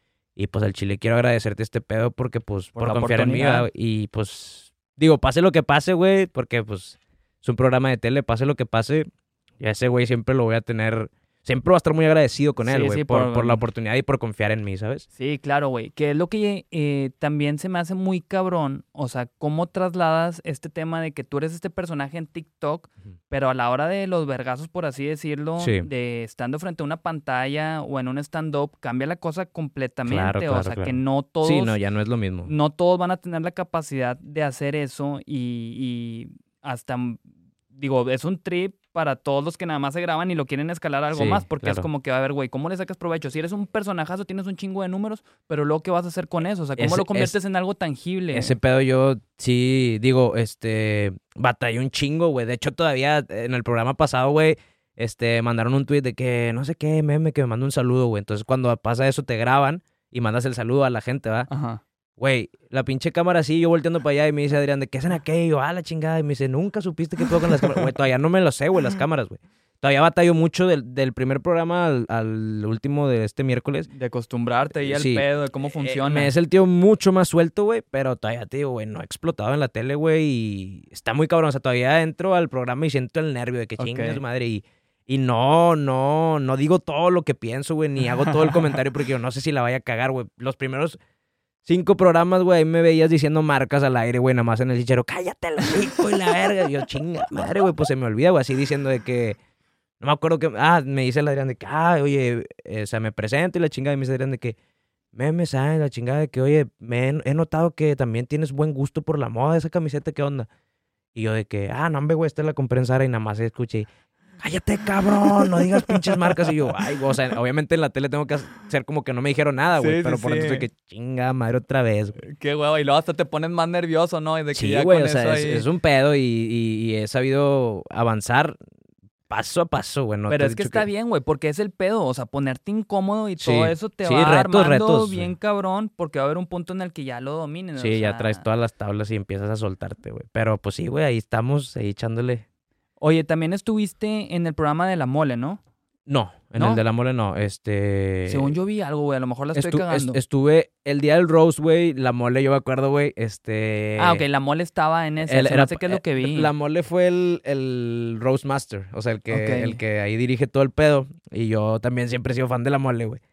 y pues al chile quiero agradecerte este pedo porque, pues, Por por, la confiar en mí, oportunidad. ¿verdad? Y pues, digo, pase lo que pase, güey, porque, pues, es un programa de tele, pase lo que pase, y a ese güey siempre lo voy a tener, siempre voy a estar muy agradecido con él, Sí, güey, sí, por, por- por la oportunidad y por confiar en mí, ¿sabes? Sí, claro, güey. Que es lo que eh, también se me hace muy cabrón. O sea, cómo trasladas este tema de que tú eres este personaje en TikTok, Ujú. pero a la hora de los vergazos, por así decirlo, Sí. de estando frente a una pantalla o en un stand-up, cambia la cosa completamente. Claro, o claro, sea, que claro. no todos, Sí, no, ya no es lo mismo. no todos van a tener la capacidad de hacer eso y, y hasta, mm, digo, es un trip para todos los que nada más se graban y lo quieren escalar a algo Sí, más, porque es claro. como que, a ver, güey, ¿cómo le sacas provecho? Si eres un personajazo, tienes un chingo de números, pero luego, ¿qué vas a hacer con eso? O sea, ¿cómo Ese- lo conviertes en algo tangible? Ese pedo yo sí, digo, este, batallé un chingo, güey. De hecho, todavía en el programa pasado, güey, este, mandaron un tweet de que no sé qué, meme, que me manda un saludo, güey. Entonces, cuando pasa eso, te graban y mandas el saludo a la gente, ¿va? Ajá. Güey, la pinche cámara así, yo volteando para allá y me dice Adrián, ¿de qué hacen aquello? Ah, la chingada. Y me dice, ¿nunca supiste qué pedo con las cámaras? Güey, todavía no me lo sé, güey, las cámaras, güey. Todavía batallo mucho del, del primer programa al, al último de este miércoles. De acostumbrarte ahí al Sí. pedo, de cómo Eh, funciona. me he sentido mucho más suelto, güey, pero todavía te digo, güey, no he explotado en la tele, güey, y está muy cabrón. O sea, todavía entro al programa y siento el nervio de que Ok. chingue su madre y, y no, no, no digo todo lo que pienso, güey, ni hago todo el comentario porque yo no sé si la vaya a cagar, güey. Los primeros cinco programas, güey, ahí me veías diciendo marcas al aire, güey, nada más en el chichero, cállate el hocico y la verga. Y yo, chinga madre, güey, pues se me olvida, güey, así diciendo de que, no me acuerdo que, ah, me dice el Adrián de que, ah, oye, eh, o sea, me presento y la chingada, y me dice Adrián de que, meme, ¿sabes? La chingada de que, oye, me he, he notado que también tienes buen gusto por la moda de esa camiseta, ¿qué onda? Y yo de que, ah, no, hombre, güey, esta la compré en Zara y nada más escuché, cállate, cabrón, no digas pinches marcas. Y yo, ay, güey, o sea, obviamente en la tele tengo que hacer como que no me dijeron nada, güey, Sí, pero sí, por dentro sí. estoy que, chinga madre, otra vez, güey. Qué huevo, y luego hasta te pones más nervioso, ¿no? Y de que Sí, ya güey, con o sea, eso es, ahí- es un pedo y, y- y he sabido avanzar paso a paso, güey. No Pero te he es que dicho está bien, güey, porque es el pedo, o sea, ponerte incómodo y Sí, todo eso te sí, va retos, armando retos, bien güey. cabrón, porque va a haber un punto en el que ya lo domines. Sí, o ya sea. traes todas las tablas y empiezas a soltarte, güey. Pero pues sí, güey, ahí estamos, ahí echándole. Oye, también estuviste en el programa de La Mole, ¿no? No, en ¿No? el de la mole no, este... Según yo vi algo, güey, a lo mejor la estoy estu- cagando. est- estuve el día del Rose, güey, la mole, yo me acuerdo, güey, este... Ah, ok, La Mole estaba en ese, él se me era- hace que es lo que eh, vi. La mole fue el, el Roast Master, o sea, el que, Ok. el que ahí dirige todo el pedo. Y yo también siempre he sido fan de la mole, güey.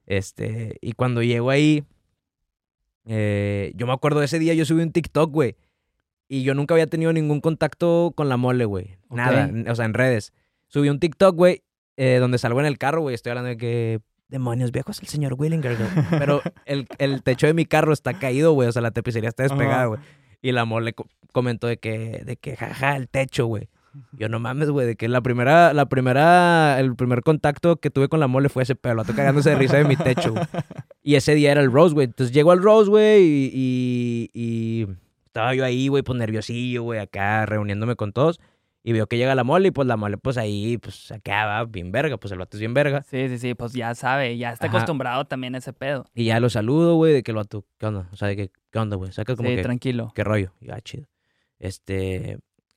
Este, y cuando llego ahí, eh, yo me acuerdo de ese día, yo subí un TikTok, güey. Y yo nunca había tenido ningún contacto con la mole, güey. Ok. Nada, n- o sea, en redes. Subí un TikTok, güey, eh, donde salgo en el carro, güey. Estoy hablando de que, demonios, viejo es el señor Willinger, güey. Pero el, el techo de mi carro está caído, güey. O sea, la tapicería está despegada, Ajá. güey. Y la mole co- comentó de que, de que, jaja, el techo, güey. Yo no mames, güey, de que la primera, la primera, el primer contacto que tuve con la mole fue ese pelo, estoy cagándose de risa de mi techo, güey. Y ese día era el Rose, güey. Entonces llego al Rose, güey, y, y, y estaba yo ahí, güey, pues nerviosillo, güey, acá reuniéndome con todos. Y veo que llega la mole y pues la mole, pues ahí, pues acá va bien verga, pues el vato es bien verga. Sí, sí, sí, pues ya sabe, ya está Ajá. acostumbrado también a ese pedo. Y ya lo saludo, güey, de que el vato, ¿qué onda? O sea, de que, ¿qué onda, güey? Saca como Sí, que, tranquilo. ¿qué rollo? Y yo, ah, chido. Este,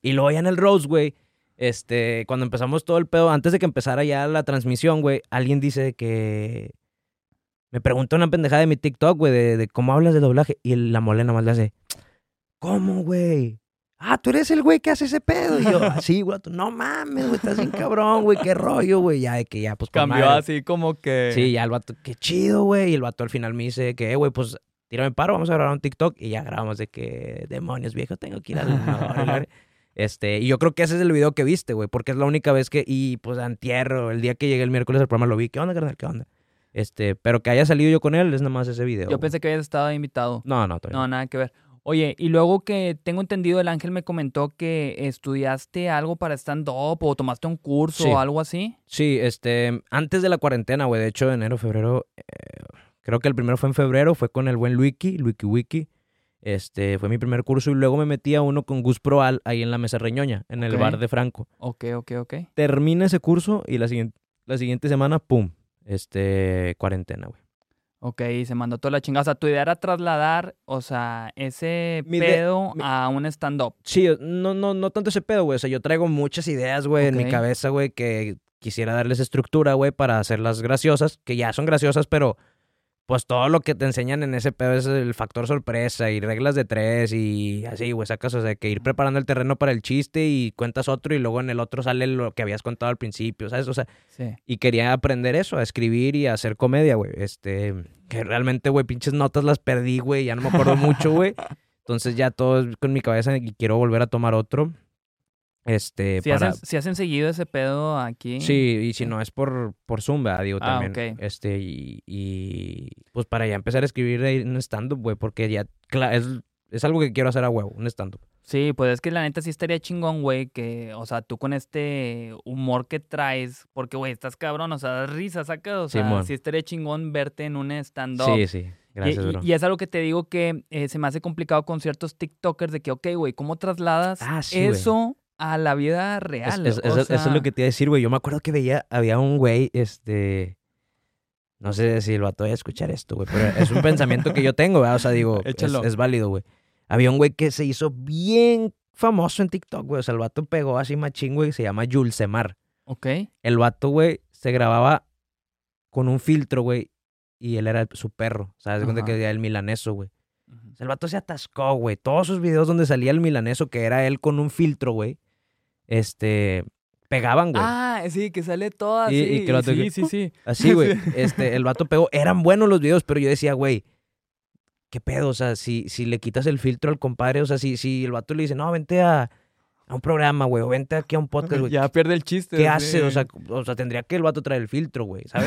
Y luego ya en el roast, güey, este, cuando empezamos todo el pedo, antes de que empezara ya la transmisión, güey, alguien dice que... Me preguntó una pendejada de mi TikTok, güey, de, de cómo hablas de doblaje. Y el- la mole nada más le hace, ¿cómo, güey? Ah, tú eres el güey que hace ese pedo. Y yo, así, güey, tú, no mames, güey, estás bien cabrón, güey, qué rollo, güey. Ya, de que ya, pues, con Cambió madre. así como que... Sí, ya el vato, qué chido, güey. Y el vato al final me dice que, eh, güey, pues, tírame paro, vamos a grabar un TikTok. Y ya grabamos de que, demonios, viejo, tengo que ir al inodoro", y la- Este, y yo creo que ese es el video que viste, güey, porque es la única vez que, y pues antierro, el día que llegué el miércoles al programa lo vi, ¿qué onda, carnal? ¿Qué onda? Este, pero que haya salido yo con él es nada más ese video. Yo güey. pensé que habías estado invitado. No, no, todavía No, no. nada que ver. Oye, y luego que tengo entendido, el Ángel me comentó que estudiaste algo para stand-up o tomaste un curso Sí. o algo así. Sí, este, antes de la cuarentena, güey, de hecho, enero, febrero, eh, creo que el primero fue en febrero, fue con el buen Luiki, Luiki Wiki. Este, fue mi primer curso y luego me metí a uno con Gus Proal ahí en la Mesa Reñoña, en el Ok. bar de Franco. Ok, ok, ok. Termina ese curso y la siguiente, la siguiente semana, pum, este, cuarentena, güey. Ok, y se mandó toda la chingada. O sea, tu idea era trasladar, o sea, ese Mi de- pedo mi- a un stand-up. Sí, no, no, no tanto ese pedo, güey. O sea, yo traigo muchas ideas, güey, en mi Ok. cabeza, güey, que quisiera darles estructura, güey, para hacerlas graciosas, que ya son graciosas, pero pues todo lo que te enseñan en ese pedo es el factor sorpresa y reglas de tres y así, güey, sacas, o sea, que ir preparando el terreno para el chiste y cuentas otro y luego en el otro sale lo que habías contado al principio, ¿sabes? O sea, Sí. y quería aprender eso, a escribir y a hacer comedia, güey. Este, que realmente, güey, pinches notas las perdí, güey, ya no me acuerdo mucho, güey. Entonces ya todo es con mi cabeza y quiero volver a tomar otro. Este, Si, para... hacen, si hacen seguido ese pedo aquí. Sí, y si no es por, por Zoom, ¿verdad? Digo, Ah, también. ok. Este, y, y pues para ya empezar a escribir ahí un stand-up, güey, porque ya, cla- es, es algo que quiero hacer a huevo, un stand-up. Sí, pues es que la neta sí estaría chingón, güey, que, o sea, tú con este humor que traes, porque, güey, estás cabrón, o sea, das risa, sacas, o sea, Simón. sí estaría chingón verte en un stand-up. Sí, sí, gracias, y, y- bro. y es algo que te digo que eh, se me hace complicado con ciertos TikTokers de que, ok, güey, ¿cómo trasladas Ah, sí, güey. eso a la vida Es- real? es- O eso, eso es sea, lo que te iba a decir, güey. Yo me acuerdo que veía, había un güey, este... No sé si el vato vaya a escuchar esto, güey, pero es un pensamiento que yo tengo, ¿verdad? O sea, digo, es, Échalo. es válido, güey. Había un güey que se hizo bien famoso en TikTok, güey. O sea, el vato pegó así machín, güey, se llama Yulsemar. ok. El vato, güey, se grababa con un filtro, güey, y él era su perro. O sea, se cuenta Ajá. que era el milaneso, güey. Ujú. O sea, el vato se atascó, güey. Todos sus videos donde salía el milaneso, que era él con un filtro, güey, este, pegaban, güey. Ah, sí, que sale todo así. Y- y que lo sí, toque- sí, sí. Así, güey. Sí. Este, el vato pegó. Eran buenos los videos, pero yo decía, güey, ¿qué pedo? O sea, si, si le quitas el filtro al compadre, o sea, si, si el vato le dice, no, vente a, a un programa, güey, o vente aquí a un podcast, güey. Ya pierde el chiste. ¿Qué sí. hace? O sea, o sea, tendría que el vato traer el filtro, güey, ¿sabes?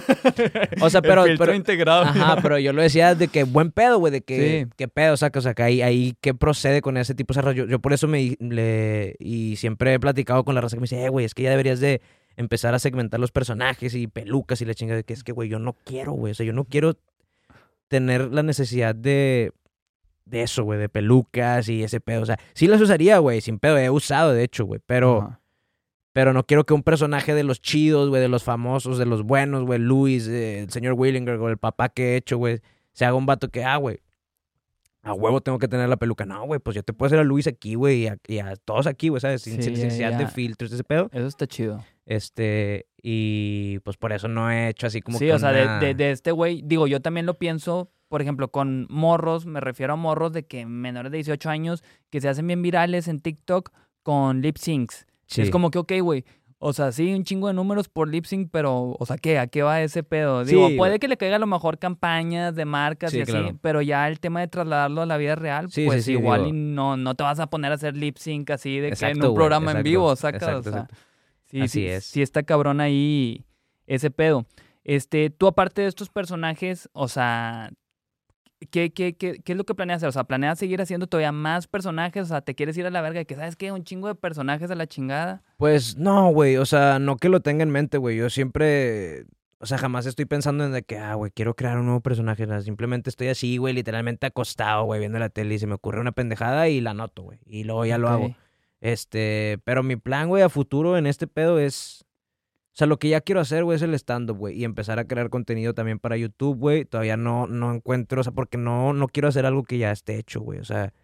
O sea, pero- El filtro pero- integrado. Ajá, pero yo lo decía de que buen pedo, güey, de que Sí. qué pedo, saca, o sea, que ahí, ahí qué procede con ese tipo de raza. Yo, yo por eso me le y siempre he platicado con la raza que me dice, eh, güey, es que ya deberías de empezar a segmentar los personajes y pelucas y la chingada, que es que, güey, yo no quiero, güey, o sea, yo no quiero tener la necesidad de de eso, güey, de pelucas y ese pedo, o sea, sí las usaría, güey, sin pedo, he usado, de hecho, güey, pero Ajá. pero no quiero que un personaje de los chidos, güey, de los famosos, de los buenos, güey, Luis, eh, el señor Willinger, o el papá que he hecho, güey, se haga un vato que, ah, güey, a huevo tengo que tener la peluca. No, güey, pues yo te puedo hacer a Luis aquí, güey, y a, y a todos aquí, güey, ¿sabes? Sin, Sí, sin ya, necesidad de ya. filtros, ese pedo. Eso está chido. Este, y pues por eso no he hecho así como Sí, que o sea, de- una- de, de este güey, digo, yo también lo pienso, por ejemplo, con morros, me refiero a morros de que menores de dieciocho años que se hacen bien virales en TikTok con lip syncs. Sí. Es como que, ok, güey, o sea, sí, un chingo de números por lip sync, pero, o sea, ¿qué? ¿A qué va ese pedo? Sí, Digo, güey. puede que le caiga a lo mejor campañas de marcas Sí, y así, claro. pero ya el tema de trasladarlo a la vida real, Sí, pues sí, sí, igual digo. y no, no te vas a poner a hacer lip sync así de que en Exacto, un güey, programa en exacto, vivo, sacas, exacto, o sea, exacto. sí, Así sí, es. sí está cabrón ahí ese pedo. Este, tú aparte de estos personajes, o sea, ¿qué, qué, qué, qué es lo que planeas hacer? O sea, ¿planeas seguir haciendo todavía más personajes? O sea, ¿te quieres ir a la verga? Que sabes que un chingo de personajes a la chingada. Pues no, güey, o sea, no que lo tenga en mente, güey. Yo siempre, o sea, jamás estoy pensando en de que, ah, güey, quiero crear un nuevo personaje. No, simplemente estoy así, güey, literalmente acostado, güey, viendo la tele y se me ocurre una pendejada y la anoto, güey. Y luego ya lo Ok. hago. Este, pero mi plan, güey, a futuro en este pedo es... O sea, lo que ya quiero hacer, güey, es el stand-up, güey. Y empezar a crear contenido también para YouTube, güey. Todavía no, no encuentro, o sea, porque no, no quiero hacer algo que ya esté hecho, güey. O sea,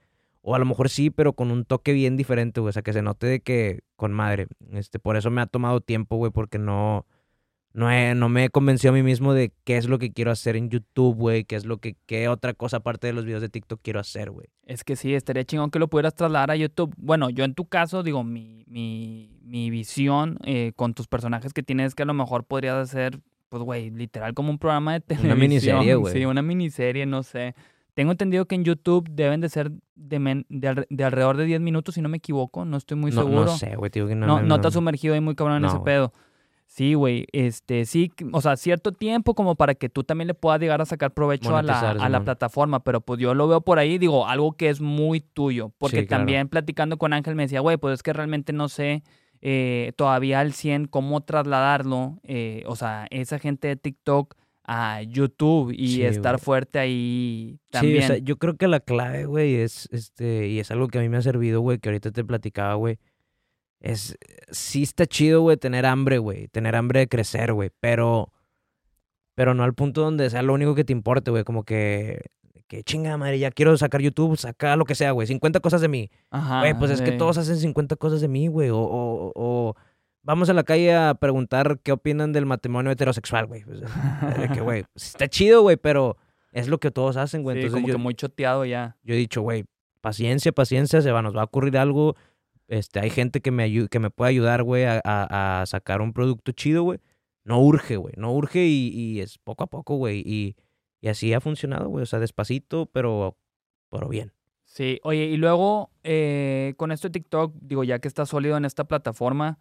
O a lo mejor sí, pero con un toque bien diferente, güey. O sea, que se note de que con madre. Este, por eso me ha tomado tiempo, güey, porque no, no, he, no me he convencido a mí mismo de qué es lo que quiero hacer en YouTube, güey. Qué es lo que, qué otra cosa aparte de los videos de TikTok quiero hacer, güey. Es que sí, estaría chingón que lo pudieras trasladar a YouTube. Bueno, yo en tu caso, digo, mi, mi, mi visión eh, con tus personajes que tienes es que a lo mejor podrías hacer, pues, güey, literal como un programa de televisión. Una miniserie, güey. Sí, una miniserie, no sé. Tengo entendido que en YouTube deben de ser de, men- de, alre- de alrededor de diez minutos, si no me equivoco. No estoy muy no, seguro. No sé, güey, tío, que no. No, me- no no- te has sumergido ahí muy cabrón en No, ese güey. pedo. Sí, güey, este, sí, c- o sea, cierto tiempo como para que tú también le puedas llegar a sacar provecho a la, Monetizar, a la Simón. plataforma, pero pues yo lo veo por ahí, digo, algo que es muy tuyo, porque Sí, claro. también platicando con Ángel me decía, güey, pues es que realmente no sé eh, todavía al cien cómo trasladarlo, eh, o sea, esa gente de TikTok a YouTube y Sí, estar güey. fuerte ahí Sí, también. o sea, yo creo que la clave, güey, es, este, y es algo que a mí me ha servido, güey, que ahorita te platicaba, güey, es, sí está chido, güey, tener hambre, güey, tener hambre de crecer, güey, pero, pero no al punto donde sea lo único que te importe, güey, como que, que chinga madre, ya quiero sacar YouTube, saca lo que sea, güey, cincuenta cosas de mí, Ajá. güey, pues es que eh, todos hacen cincuenta cosas de mí, güey, o, o, o vamos a la calle a preguntar qué opinan del matrimonio heterosexual, güey, pues, de que, güey, sí está chido, güey, pero es lo que todos hacen, güey, sí, entonces como yo, que muy choteado ya. yo he dicho, güey, paciencia, paciencia, se va, nos va a ocurrir algo. Este, hay gente que me ayu- que me puede ayudar, güey, a, a- a sacar un producto chido, güey. No urge, güey, no urge y, y es poco a poco, güey. Y, y así ha funcionado, güey. O sea, despacito, pero, pero bien. Sí, oye, y luego eh, con esto de TikTok, digo, ya que estás sólido en esta plataforma,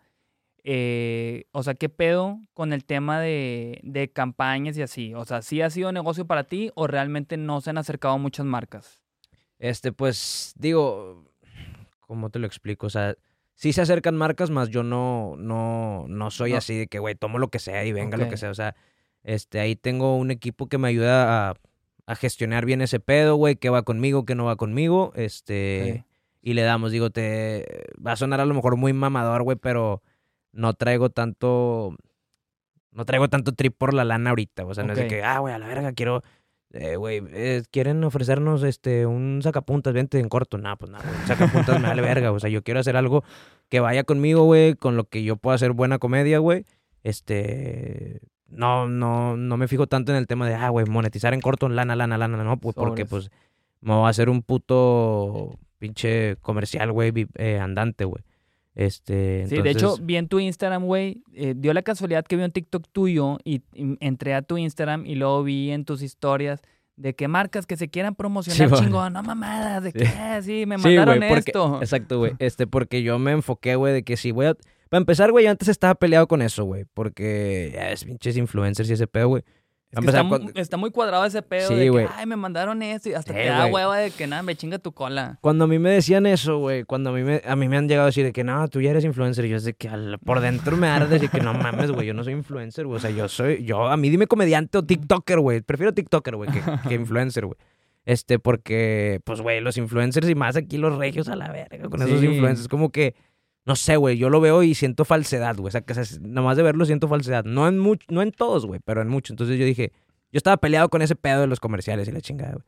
eh, o sea, ¿qué pedo con el tema de, de campañas y así? O sea, ¿sí ha sido negocio para ti o realmente no se han acercado muchas marcas? Este, pues, digo, ¿cómo te lo explico? O sea, sí se acercan marcas, más yo no, no, no soy No. así de que, güey, tomo lo que sea y venga Ok. lo que sea. O sea, este, ahí tengo un equipo que me ayuda a, a gestionar bien ese pedo, güey, qué va conmigo, qué no va conmigo, este, Ok. y le damos, digo, te, va a sonar a lo mejor muy mamador, güey, pero no traigo tanto, no traigo tanto trip por la lana ahorita, o sea, no es de Ok. que, ah, güey, a la verga, quiero, eh, güey, eh, quieren ofrecernos, este, un sacapuntas, vente en corto, no, pues nada, güey, un sacapuntas me vale verga, o sea, yo quiero hacer algo que vaya conmigo, güey, con lo que yo pueda hacer buena comedia, güey, este... No, no, no me fijo tanto en el tema de, ah, güey, monetizar en corto, lana, lana, lana, no, pues porque Sobres. pues me voy a hacer un puto pinche comercial, güey, vi- eh, andante, güey. Este, Sí, de hecho, entonces, vi en tu Instagram, güey, eh, dio la casualidad que vi un TikTok tuyo y, y entré a tu Instagram y luego vi en tus historias de que marcas que se quieran promocionar, Sí, va. chingón, no mamadas, de Sí. que "Ah, sí, me sí, mandaron güey, porque, esto". exacto, güey, este, porque yo me enfoqué, güey, de que si voy a, para empezar, güey, yo antes estaba peleado con eso, güey, porque ya es pinches influencers y ese pedo, güey. Es Para que está, empezar, mu- cuando, está muy cuadrado ese pedo Sí, de que, güey. ay, me mandaron esto y hasta Sí, te da güey. hueva de que nada, me chinga tu cola. cuando a mí me decían eso, güey, cuando a mí me, a mí me han llegado a decir de que no, tú ya eres influencer, y yo es de que al- por dentro me arde decir que no mames, güey, yo no soy influencer, güey, o sea, yo soy, yo, a mí dime comediante o TikToker, güey, prefiero TikToker, güey, que, que influencer, güey. Este, porque, pues, güey, los influencers y más aquí los regios a la verga con esos Sí. influencers, como que, no sé, güey, yo lo veo y siento falsedad, güey, o sea, que o sea, nomás de verlo siento falsedad, no en much, no en todos, güey, pero en muchos, entonces yo dije, yo estaba peleado con ese pedo de los comerciales y la chingada, güey.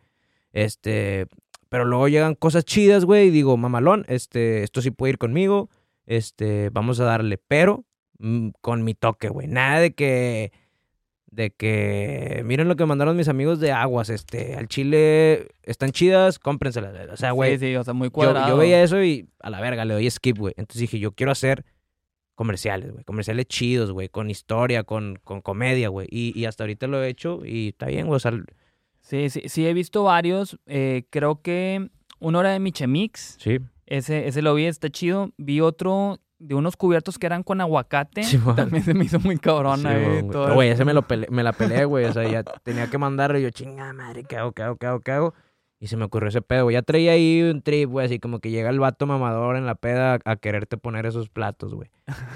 Este, pero luego llegan cosas chidas, güey, y digo, mamalón, este, esto sí puede ir conmigo, este, vamos a darle, pero mm, con mi toque, güey. Nada de que, de que, miren lo que mandaron mis amigos de Aguas, este, al chile, están chidas, cómprenselas, güey. O sea, güey, Sí, sí, o sea, muy yo, cuadrado. yo veía eso y a la verga, le doy skip, güey. Entonces dije, yo quiero hacer comerciales, güey, comerciales chidos, güey, con historia, con, con comedia, güey. Y, y hasta ahorita lo he hecho y está bien, güey, o sea, Sí, sí, sí, he visto varios. eh, creo que uno era de Michemix. sí. Ese, ese lo vi, está chido. Vi otro de unos cubiertos que eran con aguacate. Sí, man. También se me hizo muy cabrón Sí, ahí. güey. todo Pero, güey, el- ese me, lo pele- me la peleé, güey. O sea, ya tenía que mandarlo y yo, chinga madre, ¿qué hago, qué hago, qué hago, qué hago? Y se me ocurrió ese pedo, güey. Ya traía ahí un trip, güey, así como que llega el vato mamador en la peda a, a quererte poner esos platos, güey.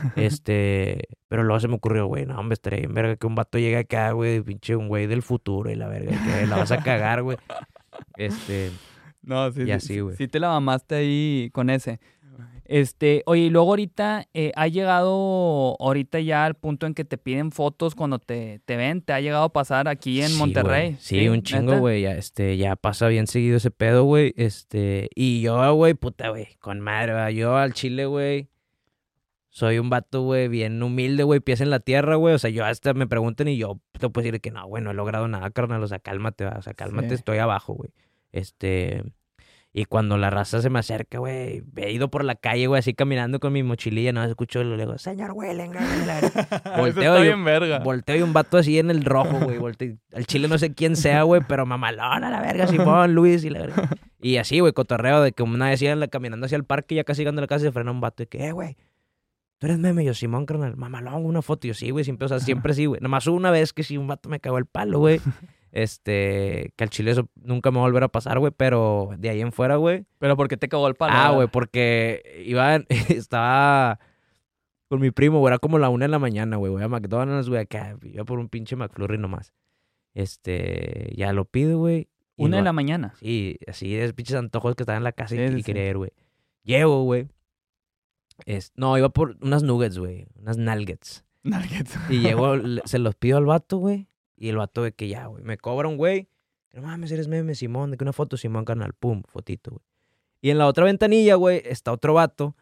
Este, pero luego se me ocurrió, güey, no, hombre, estaría bien verga que un vato llegue acá, güey, pinche un güey del futuro y la verga, que la vas a cagar, güey. Este, No, sí, Y sí, así, sí, güey. sí te la mamaste ahí con ese. Este, oye, y luego ahorita eh, ha llegado ahorita ya al punto en que te piden fotos cuando te, te ven. ¿Te ha llegado a pasar aquí en Sí, Monterrey? güey. Sí, un chingo, güey. Ya, este, ya pasa bien seguido ese pedo, güey. Este, y yo, güey, puta, güey, con madre, ¿verdad? Yo al chile, güey, soy un vato, güey, bien humilde, güey, pies en la tierra, güey. O sea, yo hasta me preguntan y yo te puedo decir que no, güey, no he logrado nada, carnal. O sea, cálmate, ¿verdad? O sea, cálmate, Sí. estoy abajo, güey. Este... Y cuando la raza se me acerca, güey, he ido por la calle, güey, así caminando con mi mochililla, no escucho, le digo, señor, güey, venga, venga. Volteo, está y, bien verga. volteo y un vato así en el rojo, güey, volteo. Al chile no sé quién sea, güey, pero mamalón a la verga, Simón, Luis y la verga. Y así, güey, cotorreo de que una vez iban caminando hacia el parque, ya casi llegando a la casa, se frena un vato y que, eh, güey, tú eres meme, yo, Simón, carnal, mamalón, una foto, yo, sí, güey, siempre, o sea, siempre sí, güey. Nomás una vez que sí, un vato me cagó el palo, güey. Este, que al chile eso nunca me va a volver a pasar, güey, pero de ahí en fuera, güey. ¿Pero por qué te cagó el palo? Ah, güey, porque iba, estaba con mi primo, güey, era como la una de la mañana, güey, voy a McDonald's, güey, acá, iba por un pinche McFlurry nomás. Este, ya lo pido, güey. y Una de lo- la mañana. Sí, así de pinches antojos que estaban en la casa y, Sí, sí, y sí. quería ir, güey. Llego, güey. Es, no, iba por unas nuggets, güey, unas nuggets. Nuggets. Y llego, le- se los pido al vato, güey. Y el vato de que ya, güey, me cobra un güey. Que no mames, eres meme, Simón, de que una foto, Simón, carnal, pum, fotito, güey. Y en la otra ventanilla, güey, está otro vato.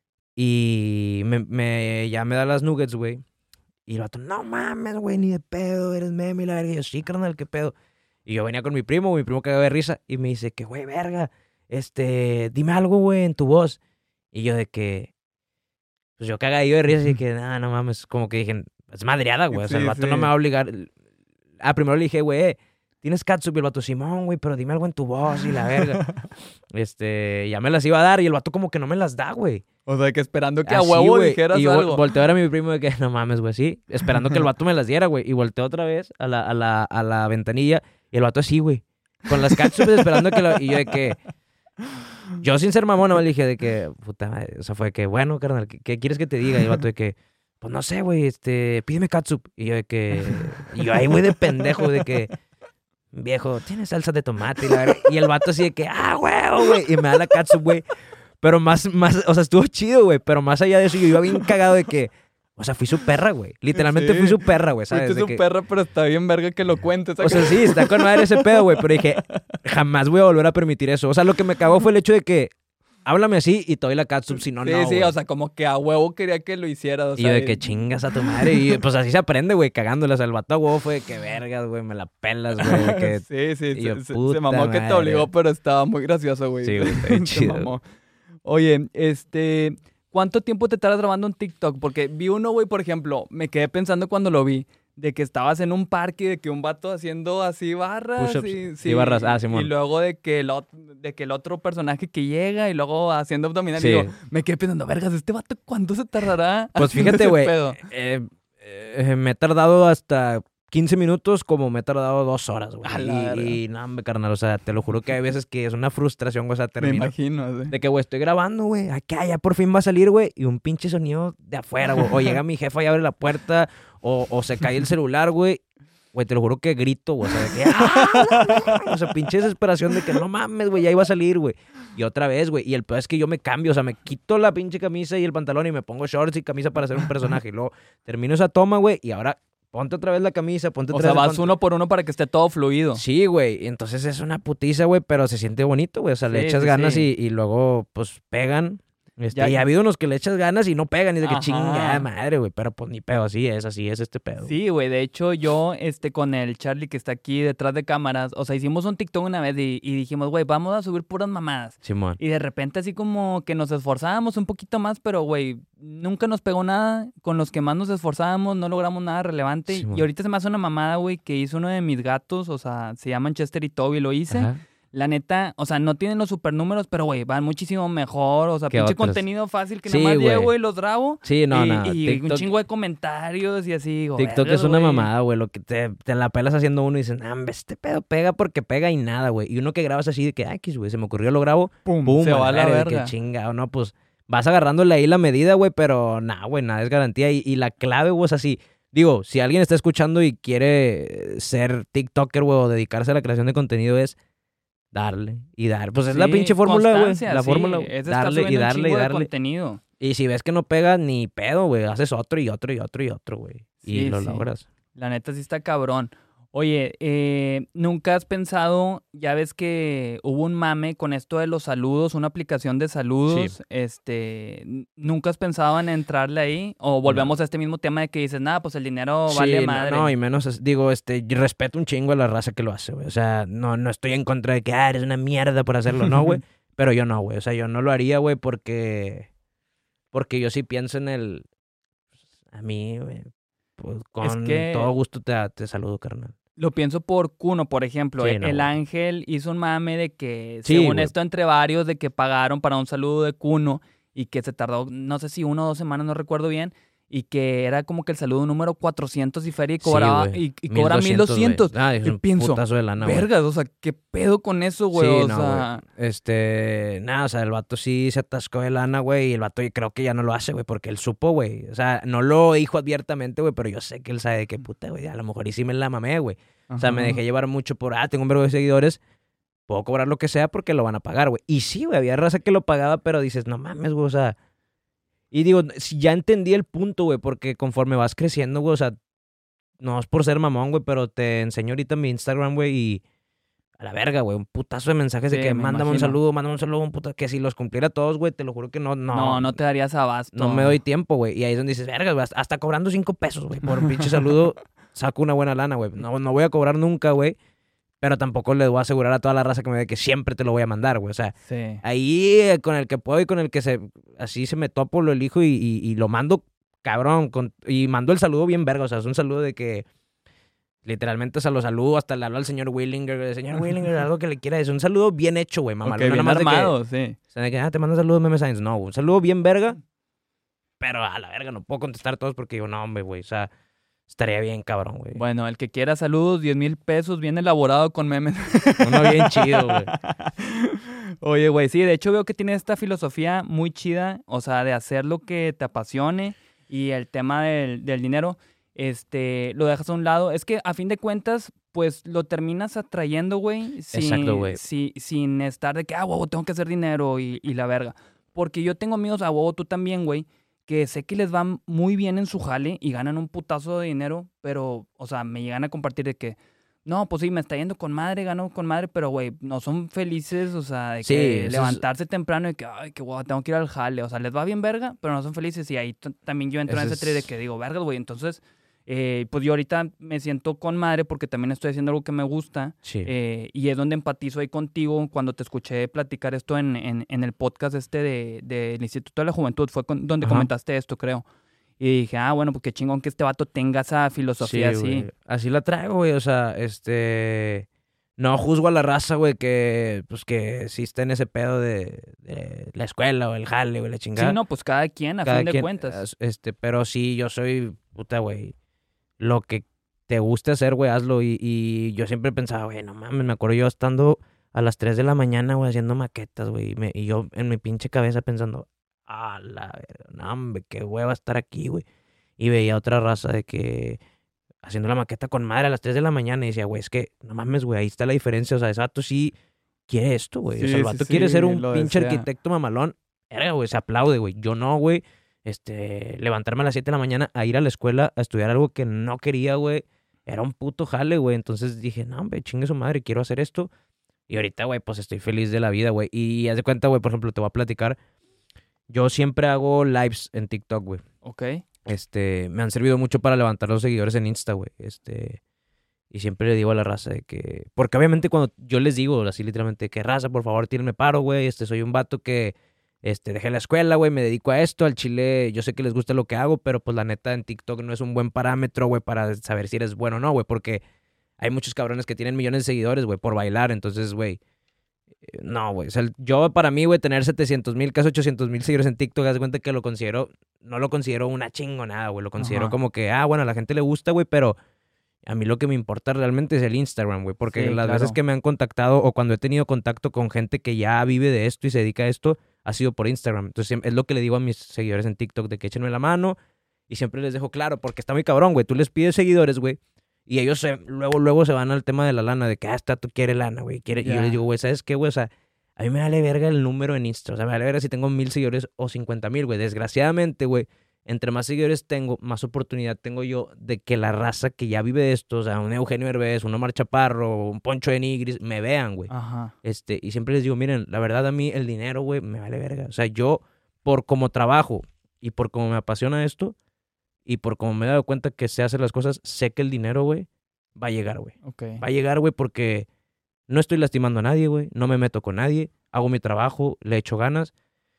Y me, me, ya me da las nuggets, güey. Y el vato, no mames, güey, ni de pedo, eres meme y la verga. Y yo, sí, carnal, qué pedo. Y yo venía con mi primo, mi primo cagaba de risa. Y me dice que, güey, verga, este, dime algo, güey, en tu voz. Y yo de que, pues yo cagadillo de risa y que, no, no mames, como que dije, es madreada, güey. O sea, el Sí, vato sí. no me va a obligar. Ah, primero le dije, güey, ¿tienes catsup? Y el vato, Simón, güey, pero dime algo en tu voz y la verga. este, ya me las iba a dar y el vato como que no me las da, güey. O sea, que esperando que a Así, huevo güey. dijeras y yo vol- algo. volteo a ver a mi primo de que, no mames, güey, sí. Esperando que el vato me las diera, güey. Y volteo otra vez a la, a la, a la ventanilla y el vato así, güey. Con las catsups esperando que lo... Y yo de que... Yo sin ser mamón, no le dije de que... Puta madre. O sea, fue de que, bueno, carnal, ¿qué, qué quieres que te diga? Y el vato de que... Pues no sé, güey, este... Pídeme catsup. Y yo de que... Y yo ahí, güey, de pendejo, de que... Viejo, ¿tienes salsa de tomate? Y, la verga. Y el vato así de que... Ah, güey, güey. Y me da la catsup, güey. Pero más, más... O sea, estuvo chido, güey. Pero más allá de eso, yo iba bien cagado de que... O sea, fui su perra, güey. Literalmente Sí. fui su perra, güey, ¿sabes? Fuiste De su que- perra, pero está bien verga que lo cuentes. O sea, sí, está con madre ese pedo, güey. Pero dije, jamás voy a volver a permitir eso. O sea, lo que me cagó fue el hecho de que... Háblame así y te doy la catsup, si no, sí, no, sí, güey. o sea, como que a huevo quería que lo hicieras. O Y sea, yo de que chingas a tu madre. Y pues así se aprende, güey, cagándolas. El vato a huevo fue de que vergas, güey, me la pelas, güey. de que- sí, sí, y yo, se, se- puta se mamó que te madre. obligó, pero estaba muy gracioso, güey. Sí, güey, está bien Se chido. mamó. Oye, este, ¿cuánto tiempo te tardas grabando un TikTok? Porque vi uno, güey, por ejemplo, me quedé pensando cuando lo vi, de que estabas en un parque y de que un vato haciendo así barras. Push-ups. Y, Sí, barras. Ah, y Simón. luego de que, el, ot- de que el otro personaje que llega y luego haciendo abdominal. Sí. Y digo, me quedé pensando, vergas, ¿este vato cuánto se tardará? Pues haciendo fíjate, ese güey. pedo?" eh, eh, me he tardado hasta quince minutos como me he tardado dos horas, güey. A la verga. Y, y no, hombre, carnal, o sea, te lo juro que hay veces que es una frustración, güey, o sea, Me termino. imagino, sí. De que, güey, estoy grabando, güey. Acá ya por fin va a salir, güey. Y un pinche sonido de afuera, güey. O llega mi jefa y abre la puerta. O, o se cae el celular, güey. Güey, te lo juro que grito, güey. O sea, de que... ¡ah! O sea, pinche desesperación de que no mames, güey. Ya iba a salir, güey. Y otra vez, güey. Y el peor es que yo me cambio. O sea, me quito la pinche camisa y el pantalón y me pongo shorts y camisa para ser un personaje. Y luego termino esa toma, güey. Y ahora ponte otra vez la camisa, ponte O otra sea, vez el vas uno por uno para que esté todo fluido. Sí, güey. y Entonces es una putiza, güey, pero se siente bonito, güey. O sea, le Sí, echas sí, ganas sí. Y, y luego, pues, pegan. Este, Ya- y ha habido unos que le echas ganas y no pegan. Y de que Ajá. chingada madre, güey. Pero pues ni pedo, así es, así es este pedo. Sí, güey. De hecho, yo, este, con el Charlie que está aquí detrás de cámaras, o sea, hicimos un TikTok una vez y, y dijimos, güey, vamos a subir puras mamadas. Simón. Y de repente así como que nos esforzábamos un poquito más, pero, güey, nunca nos pegó nada. Con los que más nos esforzábamos no logramos nada relevante. Simón. Y ahorita se me hace una mamada, güey, que hizo uno de mis gatos, o sea, se llaman Chester y Toby, lo hice. Ajá. La neta, o sea, no tienen los super números, pero, güey, van muchísimo mejor. O sea, ¿Qué pinche otros? contenido fácil que Sí, nada más güey. llego y los grabo. Sí, no, y, no. y TikTok, un chingo de comentarios y así. Digo, TikTok vergas, es una güey. mamada, güey. Lo que te, te la pelas haciendo uno y dicen, ah, hombre, este pedo pega porque pega y nada, güey. Y uno que grabas así de que, ah, güey, se me ocurrió, lo grabo. Pum, Pum, se va a la de verga. Que chingado, no, pues vas agarrándole ahí la medida, güey, pero nada, güey, nada es garantía. Y, y la clave, güey, es así. Digo, si alguien está escuchando y quiere ser TikToker, güey, o dedicarse a la creación de contenido, es darle y darle. Pues es Sí, la pinche fórmula, güey. constancia, La sí, fórmula, es estar darle y subiendo un darle y chingo de darle. contenido. Y si ves que no pega, ni pedo, güey. Haces otro y otro y otro y otro, güey. Y Sí, lo sí. logras. La neta sí está cabrón. Oye, eh, ¿nunca has pensado, ya ves que hubo un mame con esto de los saludos, una aplicación de saludos, Sí. este, n- ¿nunca has pensado en entrarle ahí? O volvemos a este mismo tema de que dices, nada, pues el dinero vale Sí, no, madre. no, y menos, es- digo, este, yo respeto un chingo a la raza que lo hace, güey. O sea, no, no estoy en contra de que, ah, eres una mierda por hacerlo, no, güey. Pero yo no, güey. O sea, yo no lo haría, güey, porque, porque yo sí pienso en el, a mí, güey, pues con que- todo gusto te, te saludo, carnal. Lo pienso por Kuno, por ejemplo. Sí, el no, el güey. Ángel hizo un mame de que, Sí, según güey. esto, entre varios, de que pagaron para un saludo de Kuno y que se tardó, no sé si una o dos semanas, no recuerdo bien, y que era como que el saludo número cuatrocientos y feria y cobraba, Sí, güey. y, y cobra mil doscientos. güey. Ah, es Y un pienso, putazo de lana, güey. vergas, o sea, ¿qué pedo con eso, güey? Sí, o no, sea, güey. Este, nada, o sea, el vato sí se atascó de lana, güey, y el vato yo creo que ya no lo hace, güey, porque él supo, güey. O sea, no lo dijo abiertamente, güey, pero yo sé que él sabe de qué puta, güey. A lo mejor y sí me la mamé, güey. O sea, me ajá. dejé llevar mucho por, ah, tengo un verbo de seguidores, puedo cobrar lo que sea porque lo van a pagar, güey. Y sí, güey, había raza que lo pagaba, pero dices, no mames, güey, o sea. Y digo, si ya entendí el punto, güey, porque conforme vas creciendo, güey, o sea, no es por ser mamón, güey, pero te enseño ahorita mi Instagram, güey, y a la verga, güey, un putazo de mensajes Sí, de que me mándame un imagino. saludo, mándame un saludo, un putazo, que si los cumpliera todos, güey, te lo juro que no, no. No, no te darías abasto. No me doy tiempo, güey. Y ahí es donde dices, verga, güey, hasta cobrando cinco pesos, güey, por un pinche saludo, saco una buena lana, güey. No, no voy a cobrar nunca, güey. Pero tampoco le voy a asegurar a toda la raza que me ve que siempre te lo voy a mandar, güey. O sea, Sí. ahí eh, con el que puedo y con el que se así se me topo, lo elijo y, y, y lo mando cabrón. Con, y mando el saludo bien verga. O sea, es un saludo de que literalmente o sea, lo saludo, hasta le hablo al señor Willinger. El señor Willinger, algo que le quiera. Es un saludo bien hecho, güey, mamá. Ok, no bien nada más de que, armado, sí. o sea, de que, ah, te mando saludos, meme science. No, güey, un saludo bien verga. Pero a la verga no puedo contestar todos porque digo, no, hombre, güey. O sea, estaría bien cabrón, güey. Bueno, el que quiera saludos, diez mil pesos, bien elaborado con memes. Uno bien chido, güey. Oye, güey, sí, de hecho veo que tienes esta filosofía muy chida, o sea, de hacer lo que te apasione y el tema del, del dinero, este, lo dejas a un lado. Es que a fin de cuentas, pues lo terminas atrayendo, güey, sin, Exacto, güey. si- sin estar de que, ah, huevo, tengo que hacer dinero y, y la verga. Porque yo tengo amigos, a huevo, tú también, güey, que sé que les va muy bien en su jale y ganan un putazo de dinero, pero, o sea, me llegan a compartir de que, no, pues sí, me está yendo con madre, gano con madre, pero, güey, no son felices, o sea, de Sí, que eso es- levantarse temprano y que, ay, qué guau, tengo que ir al jale, o sea, les va bien verga, pero no son felices y ahí t- también yo entro en Eso ese trade de es- que digo, verga, güey, entonces, eh, pues yo ahorita me siento con madre porque también estoy haciendo algo que me gusta. Sí. Eh, y es donde empatizo ahí contigo cuando te escuché platicar esto en, en, en el podcast este de, del Instituto de la Juventud. Fue con- donde Ajá. comentaste esto, creo. Y dije, ah, bueno, pues qué chingón que este vato tenga esa filosofía Sí, así. güey. Así la traigo, güey. O sea, este... No juzgo a la raza, güey, que... Pues que sí está en ese pedo de, de la escuela o el jale o la chingada. Sí, no, pues cada quien, a Cada fin de quien, cuentas. as- Este, pero sí, yo soy... Puta, güey. Lo que te guste hacer, güey, hazlo. Y, y yo siempre pensaba, güey, no mames, me acuerdo yo estando a las tres de la mañana, güey, haciendo maquetas, güey. Y, me- y yo en mi pinche cabeza pensando, a la verga, no, hombre, qué hueva estar aquí, güey. Y veía otra raza de que haciendo la maqueta con madre a las tres de la mañana y decía, güey, es que no mames, güey, ahí está la diferencia. O sea, ese vato sí quiere esto, güey. o sea, Sí, el sí, vato quiere sí, ser un lo pinche desea. arquitecto mamalón. Verga, güey, se aplaude, güey. Yo no, güey. Este, levantarme a las siete de la mañana a ir a la escuela a estudiar algo que no quería, güey. Era un puto jale, güey. Entonces dije, no, hombre, chingue su madre, quiero hacer esto. Y ahorita, güey, pues estoy feliz de la vida, güey. Y haz de cuenta, güey, por ejemplo, te voy a platicar. Yo siempre hago lives en TikTok, güey. Ok. Este, me han servido mucho para levantar los seguidores en Insta, güey. Este, y siempre le digo a la raza de que... Porque obviamente cuando yo les digo así literalmente que raza, por favor, tírenme paro, güey. Este, soy un vato que... Este, dejé la escuela, güey, me dedico a esto, al chile, yo sé que les gusta lo que hago, pero pues la neta en TikTok no es un buen parámetro, güey, para saber si eres bueno o no, güey, porque hay muchos cabrones que tienen millones de seguidores, güey, por bailar, entonces, güey, eh, no, güey, o sea, yo para mí, güey, tener setecientos mil, casi ochocientos mil seguidores en TikTok, haz de cuenta que lo considero, no lo considero una chingonada, güey, lo considero Ajá. como que, ah, bueno, a la gente le gusta, güey, pero a mí lo que me importa realmente es el Instagram, güey, porque Sí, las claro. veces que me han contactado o cuando he tenido contacto con gente que ya vive de esto y se dedica a esto, ha sido por Instagram. Entonces es lo que le digo a mis seguidores en TikTok de que échenme la mano y siempre les dejo claro porque está muy cabrón, güey. Tú les pides seguidores, güey, Y ellos se, luego, luego se van al tema de la lana, de que, ah, esta tú quieres lana, güey. Quiere... Ya. Y yo les digo, güey, ¿sabes qué, güey? O sea, a mí me vale verga el número en Insta. O sea, me vale verga si tengo mil seguidores o cincuenta mil, güey. Desgraciadamente, güey, entre más seguidores tengo, más oportunidad tengo yo de que la raza que ya vive de esto, o sea, un Eugenio Derbez, un Omar Chaparro, un Poncho de Nigris, me vean, güey. Ajá. Este, y siempre les digo, miren, la verdad a mí el dinero, güey, me vale verga. O sea, yo, por como trabajo y por como me apasiona esto y por como me he dado cuenta que sé hacer las cosas, sé que el dinero, güey, va a llegar, güey. Ok. Va a llegar, güey, porque no estoy lastimando a nadie, güey. No me meto con nadie. Hago mi trabajo, le echo ganas.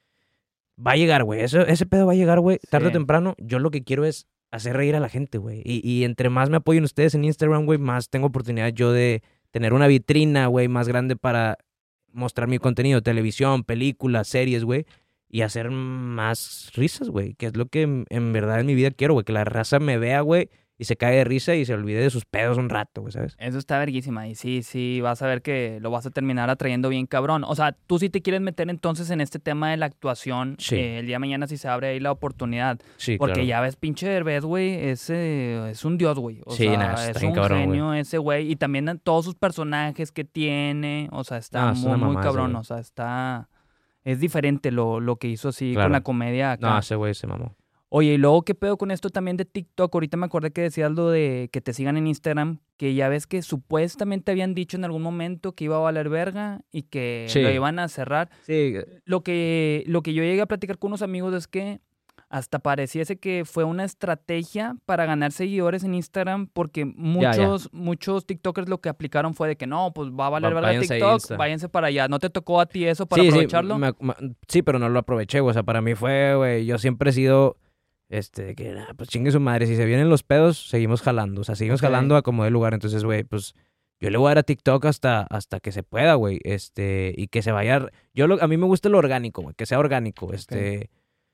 Va a llegar, güey. Ese, ese pedo va a llegar, güey. Tarde o Sí. temprano. Yo lo que quiero es hacer reír a la gente, güey. Y, y entre más me apoyen ustedes en Instagram, güey, más tengo oportunidad yo de tener una vitrina, güey, más grande para mostrar mi contenido. Televisión, películas, series, güey. Y hacer más risas, güey. Que es lo que en, en verdad en mi vida quiero, güey. Que la raza me vea, güey. Y se cae de risa y se olvide de sus pedos un rato, güey, ¿sabes? Eso está verguísima y sí, sí, vas a ver que lo vas a terminar atrayendo bien cabrón. O sea, tú sí te quieres meter entonces en este tema de la actuación, Sí. eh, el día de mañana si se abre ahí la oportunidad. Sí, Porque claro. ya ves, pinche Derbez, güey, ese es un dios, güey. O Sí, sea, nah, está es bien un cabrón, genio ese güey. Y también en todos sus personajes que tiene, o sea, está No, es muy, una muy mamada ese cabrón. güey. O sea, está... Es diferente lo, lo que hizo así Claro. con la comedia acá. No, ese güey se mamó. Oye, y luego, ¿qué pedo con esto también de TikTok? Ahorita me acordé que decías lo de que te sigan en Instagram, que ya ves que supuestamente habían dicho en algún momento que iba a valer verga y que Sí. lo iban a cerrar. Sí, Lo que, lo que yo llegué a platicar con unos amigos es que hasta pareciese que fue una estrategia para ganar seguidores en Instagram, porque muchos, muchos TikTokers lo que aplicaron fue de que no, pues va a valer Va- verga váyanse a TikTok, Insta. váyanse para allá. ¿No te tocó a ti eso para sí, aprovecharlo? Sí, me- me- sí, pero no lo aproveché, güey. O sea, para mí fue, güey, yo siempre he sido, este, que, ah, pues chingue su madre. Si se vienen los pedos, seguimos jalando. O sea, seguimos Ok. jalando a como de lugar. Entonces, güey, pues yo le voy a dar a TikTok hasta, hasta que se pueda, güey. Este, y que se vaya. Yo, lo- a mí me gusta lo orgánico, güey, que sea orgánico. Este,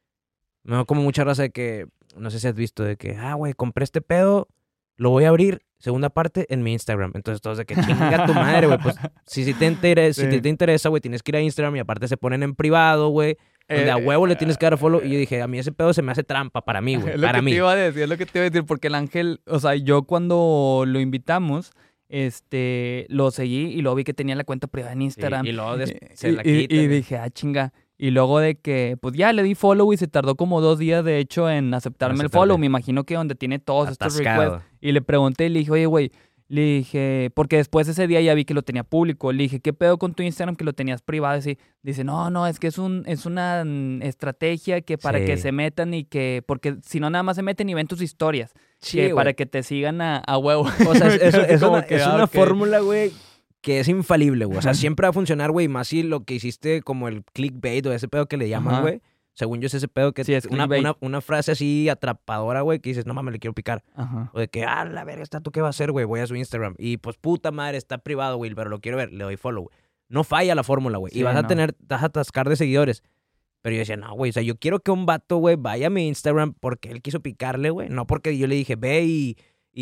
me da como mucha raza de que, no sé si has visto, de que, ah, güey, compré este pedo, lo voy a abrir, segunda parte, en mi Instagram. Entonces todos de que chinga tu madre, güey. Pues si, si te interesa, Sí. si te, te interesa, güey, tienes que ir a Instagram y aparte se ponen en privado, güey. Donde Eh, a huevo le tienes que dar follow. Y yo dije, a mí ese pedo se me hace trampa para mí, güey. Es lo Para que mí. te iba a decir, es lo que te iba a decir, porque el Ángel, o sea, yo cuando lo invitamos, este, lo seguí y luego vi que tenía la cuenta privada en Sí, Instagram. y luego des- Eh, se y, la y- quita. y güey. dije, ah, chinga. Y luego de que, pues ya le di follow y se tardó como dos días, de hecho, en aceptarme el Aceptarte. follow. Me imagino que donde tiene todos estos Atascado. requests. Y le pregunté y le dije, oye, güey, le dije, porque después ese día ya vi que lo tenía público. Le dije, ¿qué pedo con tu Instagram que lo tenías privado? Y sí, dice, no, no, es que es un es una mm, estrategia que para que Sí. se metan y que, porque si no nada más se meten y ven tus historias. Sí, que güey. para que te sigan a, a huevo. O sea, es, es- Así es como una, que, es ah, una ok. fórmula, güey, que es infalible, güey. O sea, siempre va a funcionar, güey. Más si lo que hiciste como el clickbait o ese pedo que le llaman, Ajá. güey. Según yo es ese pedo que... Sí, es una, clickbait. una, una frase así atrapadora, güey, que dices, no mames, le quiero picar. Ajá. O de que, ah, la verga, ¿está tú qué va a hacer, güey? Voy a su Instagram. Y pues, puta madre, está privado, güey, pero lo quiero ver. Le doy follow, güey. No falla la fórmula, güey. Sí, y vas a no. tener, vas a atascar de seguidores. Pero yo decía, no, güey, o sea, yo quiero que un vato, güey, vaya a mi Instagram porque él quiso picarle, güey. No porque yo le dije, ve y,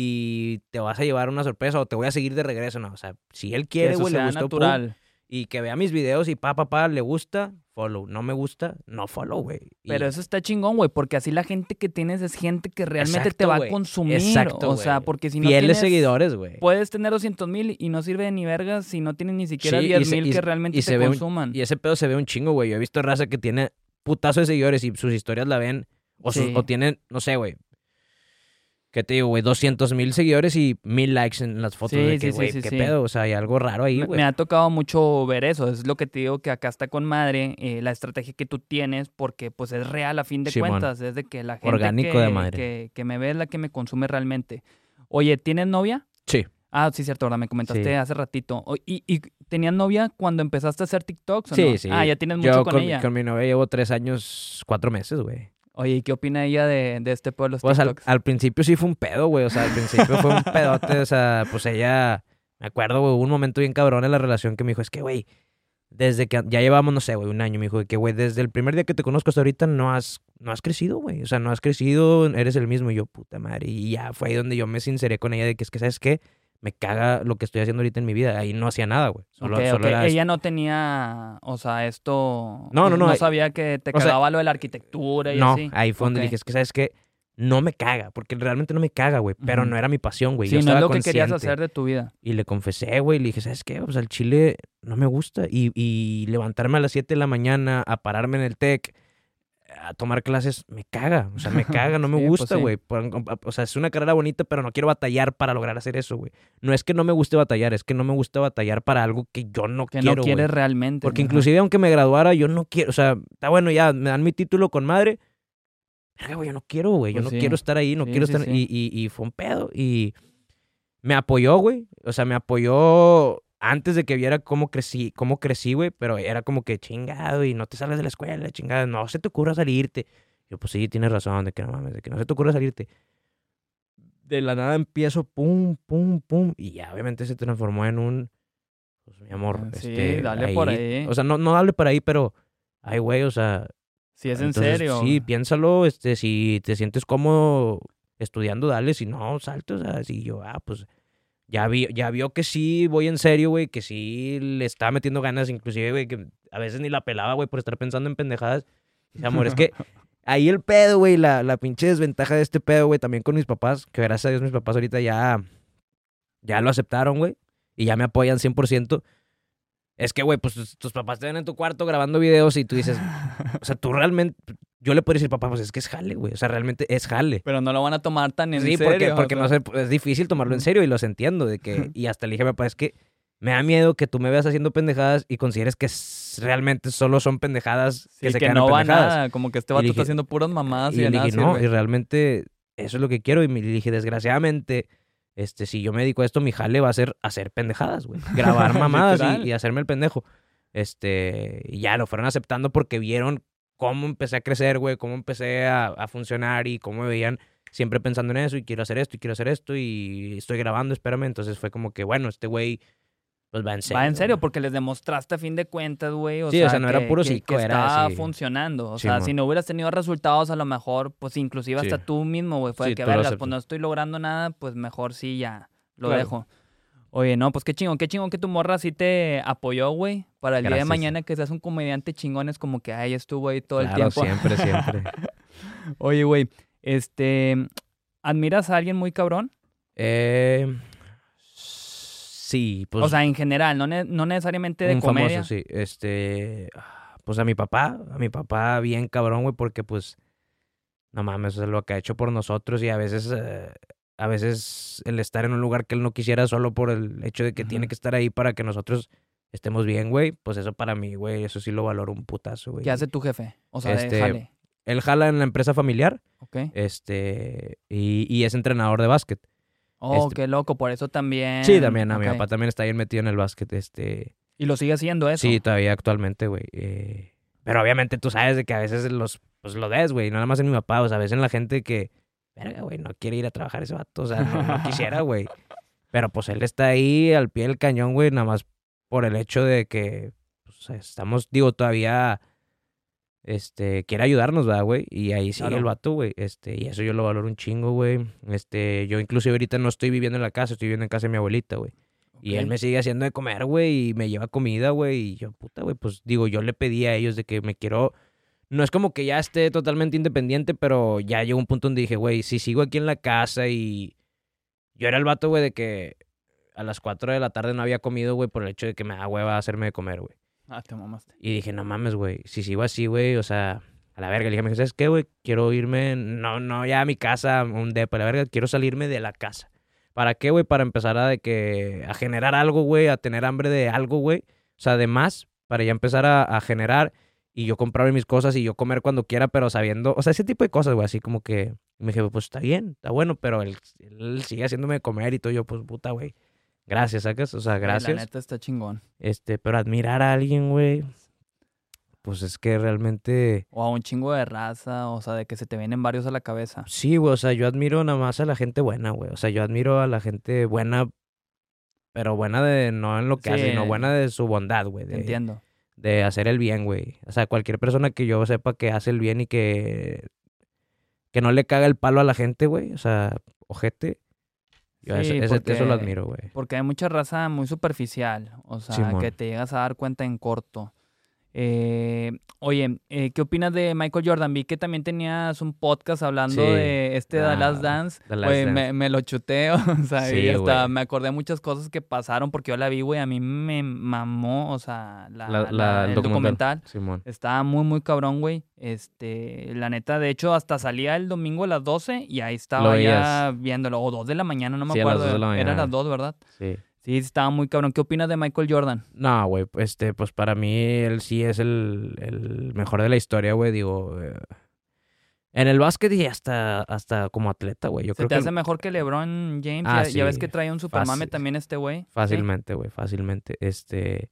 y te vas a llevar una sorpresa o te voy a seguir de regreso. No, o sea, si él Que quiere, eso güey, le sea gustó, pum, natural. y que vea mis videos y pa, pa, pa, le gusta, follow. No me gusta, no follow, güey. Y- Pero eso está chingón, güey, porque así la gente que tienes es gente que realmente te Exacto, va güey. a consumir. Exacto, o sea, güey. porque si no Fieles tienes... seguidores, güey. Puedes tener doscientos mil y no sirve de ni vergas si no tienes ni siquiera Sí, y diez se- mil y- que realmente y te se ve un- consuman. Y ese pedo se ve un chingo, güey. Yo he visto raza que tiene putazo de seguidores y sus historias la ven. O, sus- Sí. o tienen, no sé, güey. ¿Qué te digo, güey? doscientos mil seguidores y mil likes en las fotos. Sí, de sí, que, sí, güey, sí, ¿qué sí. pedo? O sea, hay algo raro ahí, Me, güey. me ha tocado mucho ver eso. Es lo que te digo que acá está con madre, eh, la estrategia que tú tienes, porque pues es real a fin de Simón. cuentas. Es de que la gente Orgánico que, de madre. Que, que me ve es la que me consume realmente. Oye, ¿tienes novia? Sí. Ah, sí, cierto, ahora me comentaste Sí. hace ratito. O- ¿Y, y tenías novia cuando empezaste a hacer TikToks o Sí, no? sí. Ah, ya tienes mucho Yo con, con, ella. con mi novia llevo tres años, cuatro meses, güey. Oye, ¿y qué opina ella de, de este pueblo? Pues al, TikToks? al principio sí fue un pedo, güey. O sea, al principio fue un pedote. O sea, pues ella... Me acuerdo, güey, hubo un momento bien cabrón en la relación que me dijo, es que, güey, desde que... Ya llevamos, no sé, güey, un año. Me dijo que, güey, desde el primer día que te conozco hasta ahorita no has, no has crecido, güey. O sea, no has crecido, eres el mismo. Y yo, puta madre. Y ya fue ahí donde yo me sinceré con ella de que es que, ¿sabes qué? Me caga lo que estoy haciendo ahorita en mi vida. Ahí no hacía nada, güey. Solo, Ok, solo ok. era... Ella no tenía, o sea, esto... No, no, no, No ahí- sabía que te o sea, cagaba lo de la arquitectura y No, así. ahí fue donde Ok. dije, es que, ¿sabes qué? no me caga, porque realmente no me caga, güey, pero Ujú. no era mi pasión, güey. Sí, Yo no es estaba lo que querías consciente. hacer de tu vida. Y le confesé, güey, le dije, ¿sabes qué? Pues al chile no me gusta. Y, y levantarme a las siete de la mañana, a pararme en el TEC, a tomar clases, me caga. O sea, me caga, no me Sí, pues gusta, sí. güey. Por- O sea, es una carrera bonita, pero no quiero batallar para lograr hacer eso, güey. No es que no me guste batallar, es que no me gusta batallar para algo que yo no Que quiero, no güey. quieres realmente. Porque ajá. inclusive aunque me graduara, yo no quiero, o sea, está bueno, ya, me dan mi título con madre. Verga, güey, yo no quiero, güey. Yo Pues no sí. quiero estar ahí, no Sí, quiero sí, estar... sí. Y, y, y fue un pedo. Y me apoyó, güey. O sea, me apoyó antes de que viera cómo crecí, cómo crecí, güey. Pero era como que chingado y no te sales de la escuela, chingada. No se te ocurra salirte. Yo, pues sí, tienes razón, de que no mames, de que no se te ocurra salirte. De la nada empiezo, pum, pum, pum. Y ya, obviamente se transformó en un... Pues, mi amor, Sí, este... dale ahí, por ahí. O sea, no, no hable por ahí, pero... Ay, güey, o sea... Si es en Entonces, serio. sí, piénsalo, este, si te sientes cómodo estudiando, dale, si no, salte, o sea, si yo, ah, pues, ya vi, ya vio que sí voy en serio, güey, que sí le estaba metiendo ganas, inclusive, güey, que a veces ni la pelaba, güey, por estar pensando en pendejadas. Dice, amor, es que ahí el pedo, güey, la, la pinche desventaja de este pedo, güey, también con mis papás, que gracias a Dios mis papás ahorita ya, ya lo aceptaron, güey, y ya me apoyan cien por ciento. Es que, güey, pues tus, tus papás te ven en tu cuarto grabando videos y tú dices, o sea, tú realmente, yo le puedo decir, papá, pues es que es jale, güey, o sea, realmente es jale. Pero no lo van a tomar tan en Sí, serio. porque, o porque no sea. sé, es difícil tomarlo en Ujú. serio y los entiendo, de que, y hasta le dije a mi papá, es que me da miedo que tú me veas haciendo pendejadas y consideres que s- realmente solo son pendejadas que Sí, se que quedan no en va pendejadas. nada. Como que este Y vato le está dije- haciendo puras mamadas y, Y de le nada dije, no, sirve. y realmente eso es lo que quiero. Y me le dije, desgraciadamente, este, si yo me dedico a esto, mi jale va a ser hacer pendejadas, güey. Grabar mamadas Literal. y, y hacerme el pendejo. Este, y ya lo fueron aceptando porque vieron cómo empecé a crecer, güey, cómo empecé a, a funcionar y cómo me veían siempre pensando en eso y quiero hacer esto y quiero hacer esto y estoy grabando, espérame. Entonces fue como que, bueno, este güey, pues va en serio. Va en serio, ¿no? porque les demostraste a fin de cuentas, güey. O Sí, sea, o sea, no era que, puro que, psico, que era está así. funcionando. O Sí, sea, mon. si no hubieras tenido resultados, a lo mejor, pues inclusive Sí. hasta tú mismo, güey, fue de Sí, que tú lo vergas, aceptas. pues no estoy logrando nada, pues mejor sí ya lo Claro. dejo. Oye, no, pues qué chingón, qué chingón que tu morra sí te apoyó, güey. Para el día de Gracias. mañana que seas un comediante chingón, es como que ahí estuvo ahí todo el Claro, tiempo. siempre, siempre. Oye, güey, este, ¿admiras a alguien muy cabrón? Eh, sí, pues O sea, en general, no, ne- no necesariamente de un comedia. famoso, sí. Este, pues a mi papá, a mi papá bien cabrón, güey, porque pues, no mames, o sea, lo que ha hecho por nosotros y a veces, eh, a veces el estar en un lugar que él no quisiera solo por el hecho de que Ujú. tiene que estar ahí para que nosotros estemos bien, güey, pues eso para mí, güey, eso sí lo valoro un putazo, güey. ¿Qué hace tu jefe? O sea, Este, déjale. Él jala en la empresa familiar, ¿Ok? este, y, y es entrenador de básquet. Oh, este- qué loco, por eso también. Sí, también, a mi ok. papá también está bien metido en el básquet, este... Y lo sigue haciendo eso. Sí, todavía actualmente, güey. eh, Pero obviamente tú sabes de que a veces los, pues lo ves, güey. No nada más en mi papá, o sea, a veces en la gente que, verga, güey, no quiere ir a trabajar ese vato. O sea, no, no quisiera, güey. Pero pues él está ahí al pie del cañón, güey, nada más por el hecho de que pues, estamos, digo, todavía, este, quiere ayudarnos, ¿verdad, güey? Y ahí sigue Claro. el vato, güey. Este, y eso yo lo valoro un chingo, güey. Este, yo inclusive ahorita no estoy viviendo en la casa, estoy viviendo en casa de mi abuelita, güey. Y Ok. él me sigue haciendo de comer, güey, y me lleva comida, güey. Y yo, puta, güey, pues digo, yo le pedí a ellos de que me quiero... No es como que ya esté totalmente independiente, pero ya llegó un punto donde dije, güey, si sigo aquí en la casa y... Yo era el vato, güey, de que a las cuatro de la tarde no había comido, güey, por el hecho de que me da hueva hacerme de comer, güey. Ah, te mamaste. Y dije, no mames, güey, si sigo así, güey, o sea, a la verga. Le dije, me dije, ¿sabes qué, güey? Quiero irme, no, no ya a mi casa, a un depa, a la verga, quiero salirme de la casa. ¿Para qué, güey? Para empezar a, de que, a generar algo, güey, a tener hambre de algo, güey. O sea, de más, para ya empezar a, a generar y yo comprarme mis cosas y yo comer cuando quiera, pero sabiendo, o sea, ese tipo de cosas, güey, así como que me dije, pues está bien, está bueno, pero él, él sigue haciéndome de comer y todo, yo, pues puta, güey. Gracias, ¿sacas? O sea, Sí, gracias. la neta está chingón. Este, pero admirar a alguien, güey, pues es que realmente... O a un chingo de raza, o sea, de que se te vienen varios a la cabeza. Sí, güey, o sea, yo admiro nada más a la gente buena, güey. O sea, yo admiro a la gente buena, pero buena de no en lo que Sí, hace, sino buena de su bondad, güey. Te De, entiendo. de hacer el bien, güey. O sea, cualquier persona que yo sepa que hace el bien y que, que no le caga el palo a la gente, güey. O sea, ojete. Yo Sí, ese- ese- eso porque- lo admiro, güey. Porque hay mucha raza muy superficial, o sea, Simón. que te llegas a dar cuenta en corto. Eh, oye, eh, ¿qué opinas de Michael Jordan? Vi que también tenías un podcast hablando Sí. de este Ah, The Last Dance. The Last Güey, Dance. me, me lo chuté, o sea, Sí, y hasta güey. me acordé de muchas cosas que pasaron porque yo la vi, güey, a mí me mamó, o sea, la, La- la- la- el el documental. documental. Simón. Estaba muy, muy cabrón, güey. Este, la neta, de hecho, hasta salía el domingo a las doce y ahí Lo estaba veías. ya viéndolo. O dos de la mañana, no me Sí, a las acuerdo. dos de la Era mañana. las dos, ¿verdad? Sí. Sí, estaba muy cabrón. ¿Qué opinas de Michael Jordan? No, güey, este, pues para mí él sí es el, el mejor de la historia, güey, digo. eh, En el básquet y hasta, hasta como atleta, güey. Yo ¿Se creo te que hace mejor que LeBron James? Ah, ya, ya ves sí, que trae un supermame fácil. también este güey. ¿Sí? fácilmente, güey, fácilmente. Este.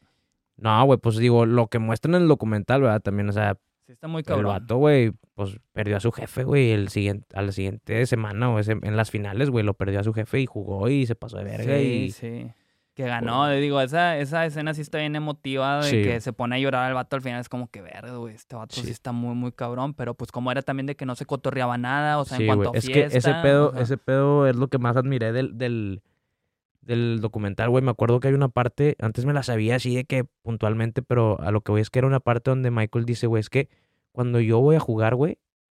No, güey, pues digo, lo que muestran en el documental, ¿verdad? También, o sea, Sí, está muy el cabrón. vato, güey, pues perdió a su jefe, güey, el siguiente, a la siguiente semana o ese- en las finales, güey, lo perdió a su jefe y jugó y se pasó de verga Sí, y... sí. Que ganó, le digo, esa, esa escena sí está bien emotiva de Sí. que se pone a llorar al vato al final. Es como que verga, güey, este vato sí. Sí. está muy, muy cabrón. Pero pues como era también de que no se cotorreaba nada, o sea, en Sí, cuanto güey, a es fiesta. que ese pedo, o sea, ese pedo es lo que más admiré del, del, del documental, güey. Me acuerdo que hay una parte, antes me la sabía así de que puntualmente, pero a lo que voy es que era una parte donde Michael dice, güey, es que cuando yo voy a jugar, güey,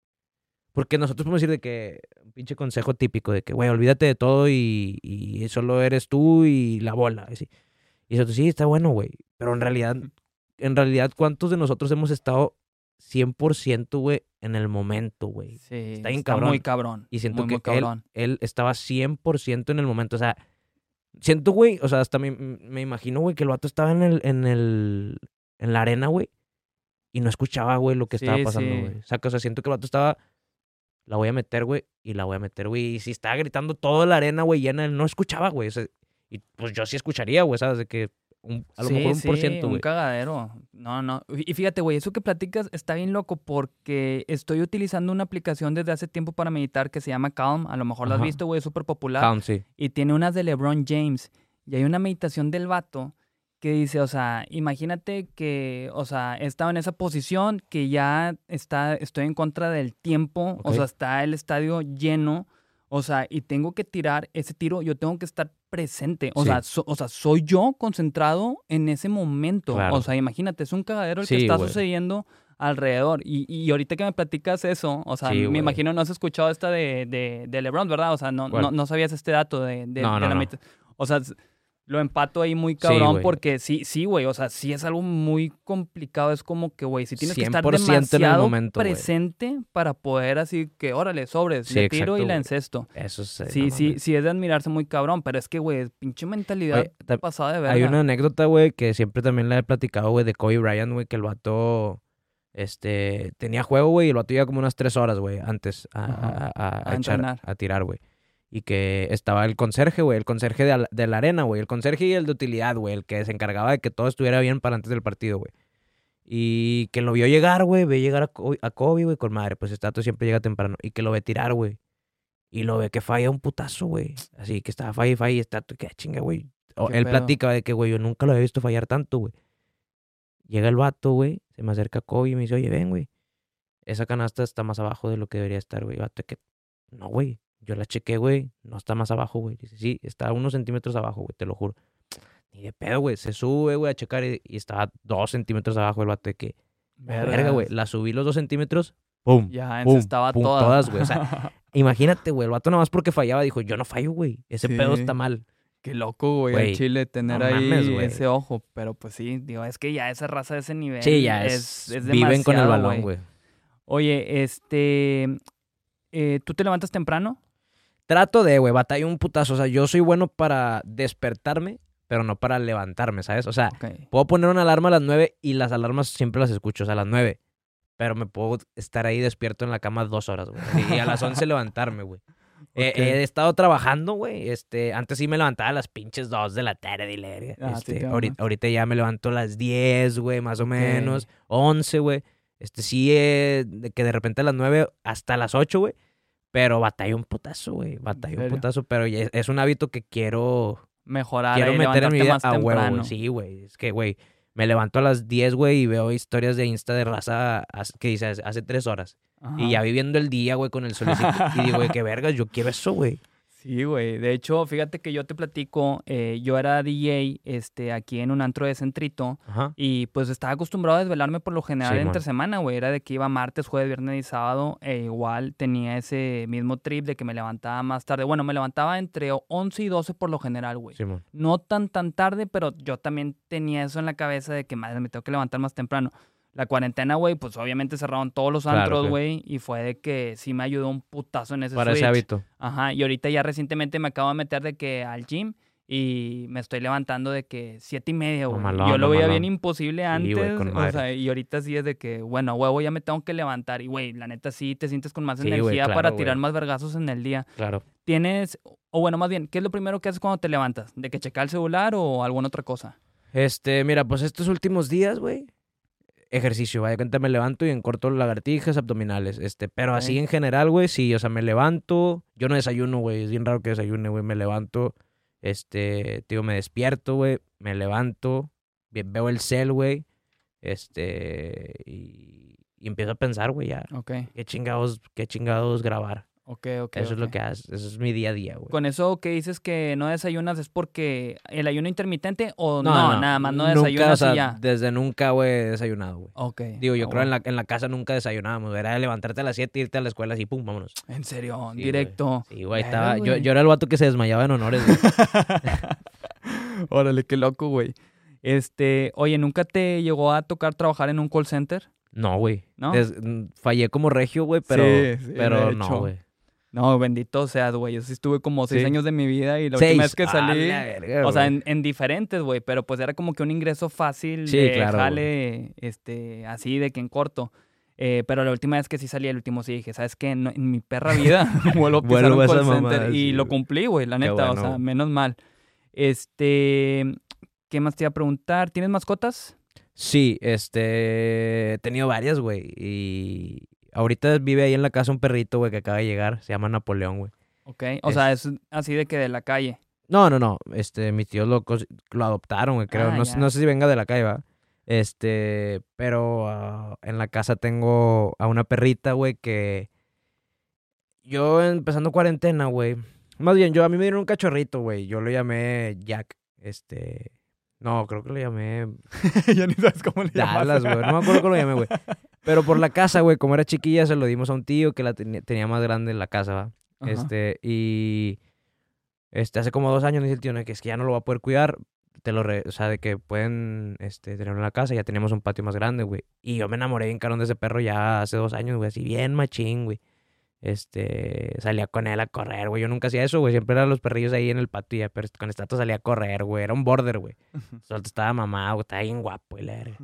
porque nosotros podemos decir de que, un pinche consejo típico de que, güey, olvídate de todo y, y solo eres tú y la bola, así. Y eso sí, está bueno, güey, pero en realidad, en realidad, ¿cuántos de nosotros hemos estado cien por ciento, güey, en el momento, güey? sí, está bien está cabrón. muy cabrón. Y siento muy, que muy cabrón. él, él estaba cien por ciento en el momento. O sea, siento, güey, o sea, hasta me, me imagino, güey, que el vato estaba en el, en el, en la arena, güey, y no escuchaba, güey, lo que Sí, estaba pasando, sí. güey. O sea, que, o sea, siento que el vato estaba, la voy a meter, güey, y la voy a meter, güey. Y si estaba gritando toda la arena, güey, llena, él no escuchaba, güey. O sea, y pues yo sí escucharía, güey, ¿sabes? De que un- a lo Sí, mejor un por sí, ciento, un güey. cagadero. No, no. Y fíjate, güey, eso que platicas está bien loco porque estoy utilizando una aplicación desde hace tiempo para meditar que se llama Calm. A lo mejor la has Ajá. visto, güey, es súper popular. Calm, sí. Y tiene unas de LeBron James. Y hay una meditación del vato que dice, o sea, imagínate que, o sea, he estado en esa posición que ya está, estoy en contra del tiempo. O Ok. sea, está el estadio lleno. O sea, y tengo que tirar ese tiro, yo tengo que estar presente. O, Sí. sea, so- o sea, soy yo concentrado en ese momento. Claro. O sea, imagínate, es un cagadero el que Sí, está güey. sucediendo alrededor. Y, y ahorita que me platicas eso, o sea, Sí, me güey. imagino no has escuchado esta de, de, de LeBron, ¿verdad? O sea, no, ¿Cuál? no, no sabías este dato de, de, No, de no, la no. medita- O sea, s- lo empato ahí muy cabrón güey. porque sí, sí, güey. O sea, sí es algo muy complicado. Es como que, güey, si tienes que estar cien por ciento en el demasiado momento, güey. presente para poder así que, órale, sobres, Sí, le tiro exacto, y la güey. encesto. Eso es... eh, Sí, no sí, mames. sí es de admirarse muy cabrón, pero es que, güey, pinche mentalidad Oye, ta- pasada de verga. Hay una anécdota, güey, que siempre también la he platicado, güey, de Kobe Bryant, güey, que el vato, este, tenía juego, güey, y el vato iba como unas tres horas, güey, antes a, Ajá. a, a- a A echar, entrenar. a tirar, güey. Y que estaba el conserje, güey, el conserje de, la- de la arena, güey, el conserje y el de utilidad, güey, el que se encargaba de que todo estuviera bien para antes del partido, güey. Y que lo vio llegar, güey, ve llegar a Kobe, a Kobe, güey, con madre, pues este vato siempre llega temprano. Y que lo ve tirar, güey. Y lo ve que falla un putazo, güey. Así que estaba falla y falla y está, que chinga, güey. O ¿Qué él pedo? platica de que, güey, yo nunca lo había visto fallar tanto, güey. Llega el vato, güey, se me acerca a Kobe y me dice, oye, ven, güey. Esa canasta está más abajo de lo que debería estar, güey. Vato, que no, güey. Yo la chequé, güey. No está más abajo, güey. Dice, sí, está unos centímetros abajo, güey, te lo juro. Ni de pedo, güey. Se sube, güey, a checar y, y estaba dos centímetros abajo el vato de que, verga, güey. La subí los dos centímetros, pum. Ya, pum, estaba pum, todas. todas, güey. O sea, imagínate, güey. El vato nada más porque fallaba dijo, yo no fallo, güey. Ese Sí. pedo está mal. Qué loco, güey, Güey, el Chile tener no ahí mames, güey. ese ojo. Pero pues sí, digo, es que ya esa raza de ese nivel Sí, ya es, es. es viven con el demasiado, balón, güey. Oye, este, eh, ¿tú te levantas temprano? Trato de, güey, batalla un putazo. O sea, yo soy bueno para despertarme, pero no para levantarme, ¿sabes? O sea, Ok. puedo poner una alarma a las nueve y las alarmas siempre las escucho, o sea, a las nueve. Pero me puedo estar ahí despierto en la cama dos horas, güey. Y a las once levantarme, güey. Eh, Ok. he estado trabajando, güey. Este, antes sí me levantaba a las pinches dos de la tarde y la verga. Ah, sí Este, te ahorita, mamas. ahorita ya me levanto a las diez, güey, más o Ok. menos. once, güey. Este, sí, eh, de que de repente a las nueve hasta las ocho, güey. Pero batalla un putazo, güey. Batalla un serio? putazo, pero ya es, es un hábito que quiero, Mejorar quiero ahí, meter en mi levantarte vida más a huevo, temprano. güey. Sí, güey. Es que, güey, me levanto a las diez, güey, y veo historias de Insta de raza as- que dice hace, hace tres horas. Ajá. Y ya viviendo el día, güey, con el solecito. Y digo, güey, qué vergas, yo quiero eso, güey. Sí, güey. De hecho, fíjate que yo te platico, eh, yo era D J este, aquí en un antro de Centrito Ajá. y pues estaba acostumbrado a desvelarme por lo general Simón. entre semana, güey. Era de que iba martes, jueves, viernes y sábado e igual tenía ese mismo trip de que me levantaba más tarde. Bueno, me levantaba entre once y doce por lo general, güey. Simón. No tan tan tarde, pero yo también tenía eso en la cabeza de que, madre, me tengo que levantar más temprano. La cuarentena, güey, pues obviamente cerraron todos los Claro, antros, claro. güey, y fue de que sí me ayudó un putazo en ese Para ese switch. hábito. Ajá, y ahorita ya recientemente me acabo de meter de que al gym y me estoy levantando de que siete y media, güey. Mamalón, Yo lo veía bien mamalón. imposible Sí, antes, güey, con o madre. sea, y ahorita sí es de que, bueno, huevo, ya me tengo que levantar. Y, güey, la neta sí te sientes con más Sí, güey, energía claro, para güey. tirar más vergazos en el día. Claro. Tienes, o bueno, más bien, ¿qué es lo primero que haces cuando te levantas? ¿De que checar el celular o alguna otra cosa? Este, mira, pues estos últimos días, güey, ejercicio, vaya cuenta, me levanto y encorto lagartijas abdominales, este, pero Ok. así en general, güey, sí, o sea, me levanto, yo no desayuno, güey, es bien raro que desayune, güey, me levanto, este, digo, me despierto, güey, me levanto, ve- veo el cel, güey, este, y, y empiezo a pensar, güey, ya, Ok, qué chingados, qué chingados grabar, ok, ok. eso es lo ok. que haces, eso es mi día a día, güey. Con eso que dices que no desayunas, ¿es porque el ayuno intermitente o No, no, no, nada más no nunca, desayunas o sea, y ya? desde nunca, güey, he desayunado, güey. Ok. Digo, yo ah, creo en bueno. la, en la casa nunca desayunábamos. Era levantarte a las siete, irte a la escuela así, pum, vámonos. En serio, Sí, directo. güey. Sí, güey, Verga, estaba... Yo, güey. yo era el vato que se desmayaba en honores, güey. Órale, qué loco, güey. Este, oye, ¿nunca te llegó a tocar trabajar en un call center? No, güey. ¿No? Des- mm, Fallé como regio, güey, pero... Sí, sí, pero de no, hecho. güey. No, bendito seas, güey. Yo sí estuve como seis Sí. años de mi vida y la última vez Seis. que A salí, la verga, o sea, güey. en, en diferentes, güey, pero pues era como que un ingreso fácil Sí, de claro, jale, este, así de que en corto. Eh, pero la última vez que sí salí, el último sí dije, ¿sabes qué? No- en mi perra vida vuelvo a pisar Vuelvo un a esa call center. mamada, Y sí, lo güey. cumplí, güey, la Qué neta, o bueno, sea, güey. menos mal. Este, ¿qué más te iba a preguntar? ¿Tienes mascotas? Sí, este... He tenido varias, güey. Y... Ahorita vive ahí en la casa un perrito, güey, que acaba de llegar. Se llama Napoleón, güey. Ok, o Es- sea, es así de que de la calle. No, no, no. Este, mis tíos lo, cos- lo adoptaron, güey, creo. Ah, No, sé- no ya. sé si venga de la calle, va. Este, pero ah, en la casa tengo a una perrita, güey, que yo empezando cuarentena, güey. Más bien, yo a mí me dieron un cachorrito, güey. Yo lo llamé Jack. Este, no, creo que lo llamé Ya ni sabes cómo le llamas. Dallas, güey. No me acuerdo cómo lo llamé, güey. Pero por la casa, güey, como era chiquilla, se lo dimos a un tío que la tenía, tenía más grande en la casa, va. Ajá. Este, y este, hace como dos años me dice el tío, "No, que es que ya no lo va a poder cuidar. Te lo re- o sea, de que pueden este, tenerlo en la casa. Ya teníamos un patio más grande, güey. Y yo me enamoré bien carón de ese perro ya hace dos años, güey. Así bien machín, güey. Este, salía con él a correr, güey. Yo nunca hacía eso, güey. Siempre eran los perrillos ahí en el patio, ya, pero con Estato salía a correr, güey. Era un border, güey. Solo estaba mamado, estaba bien guapo, y la verga.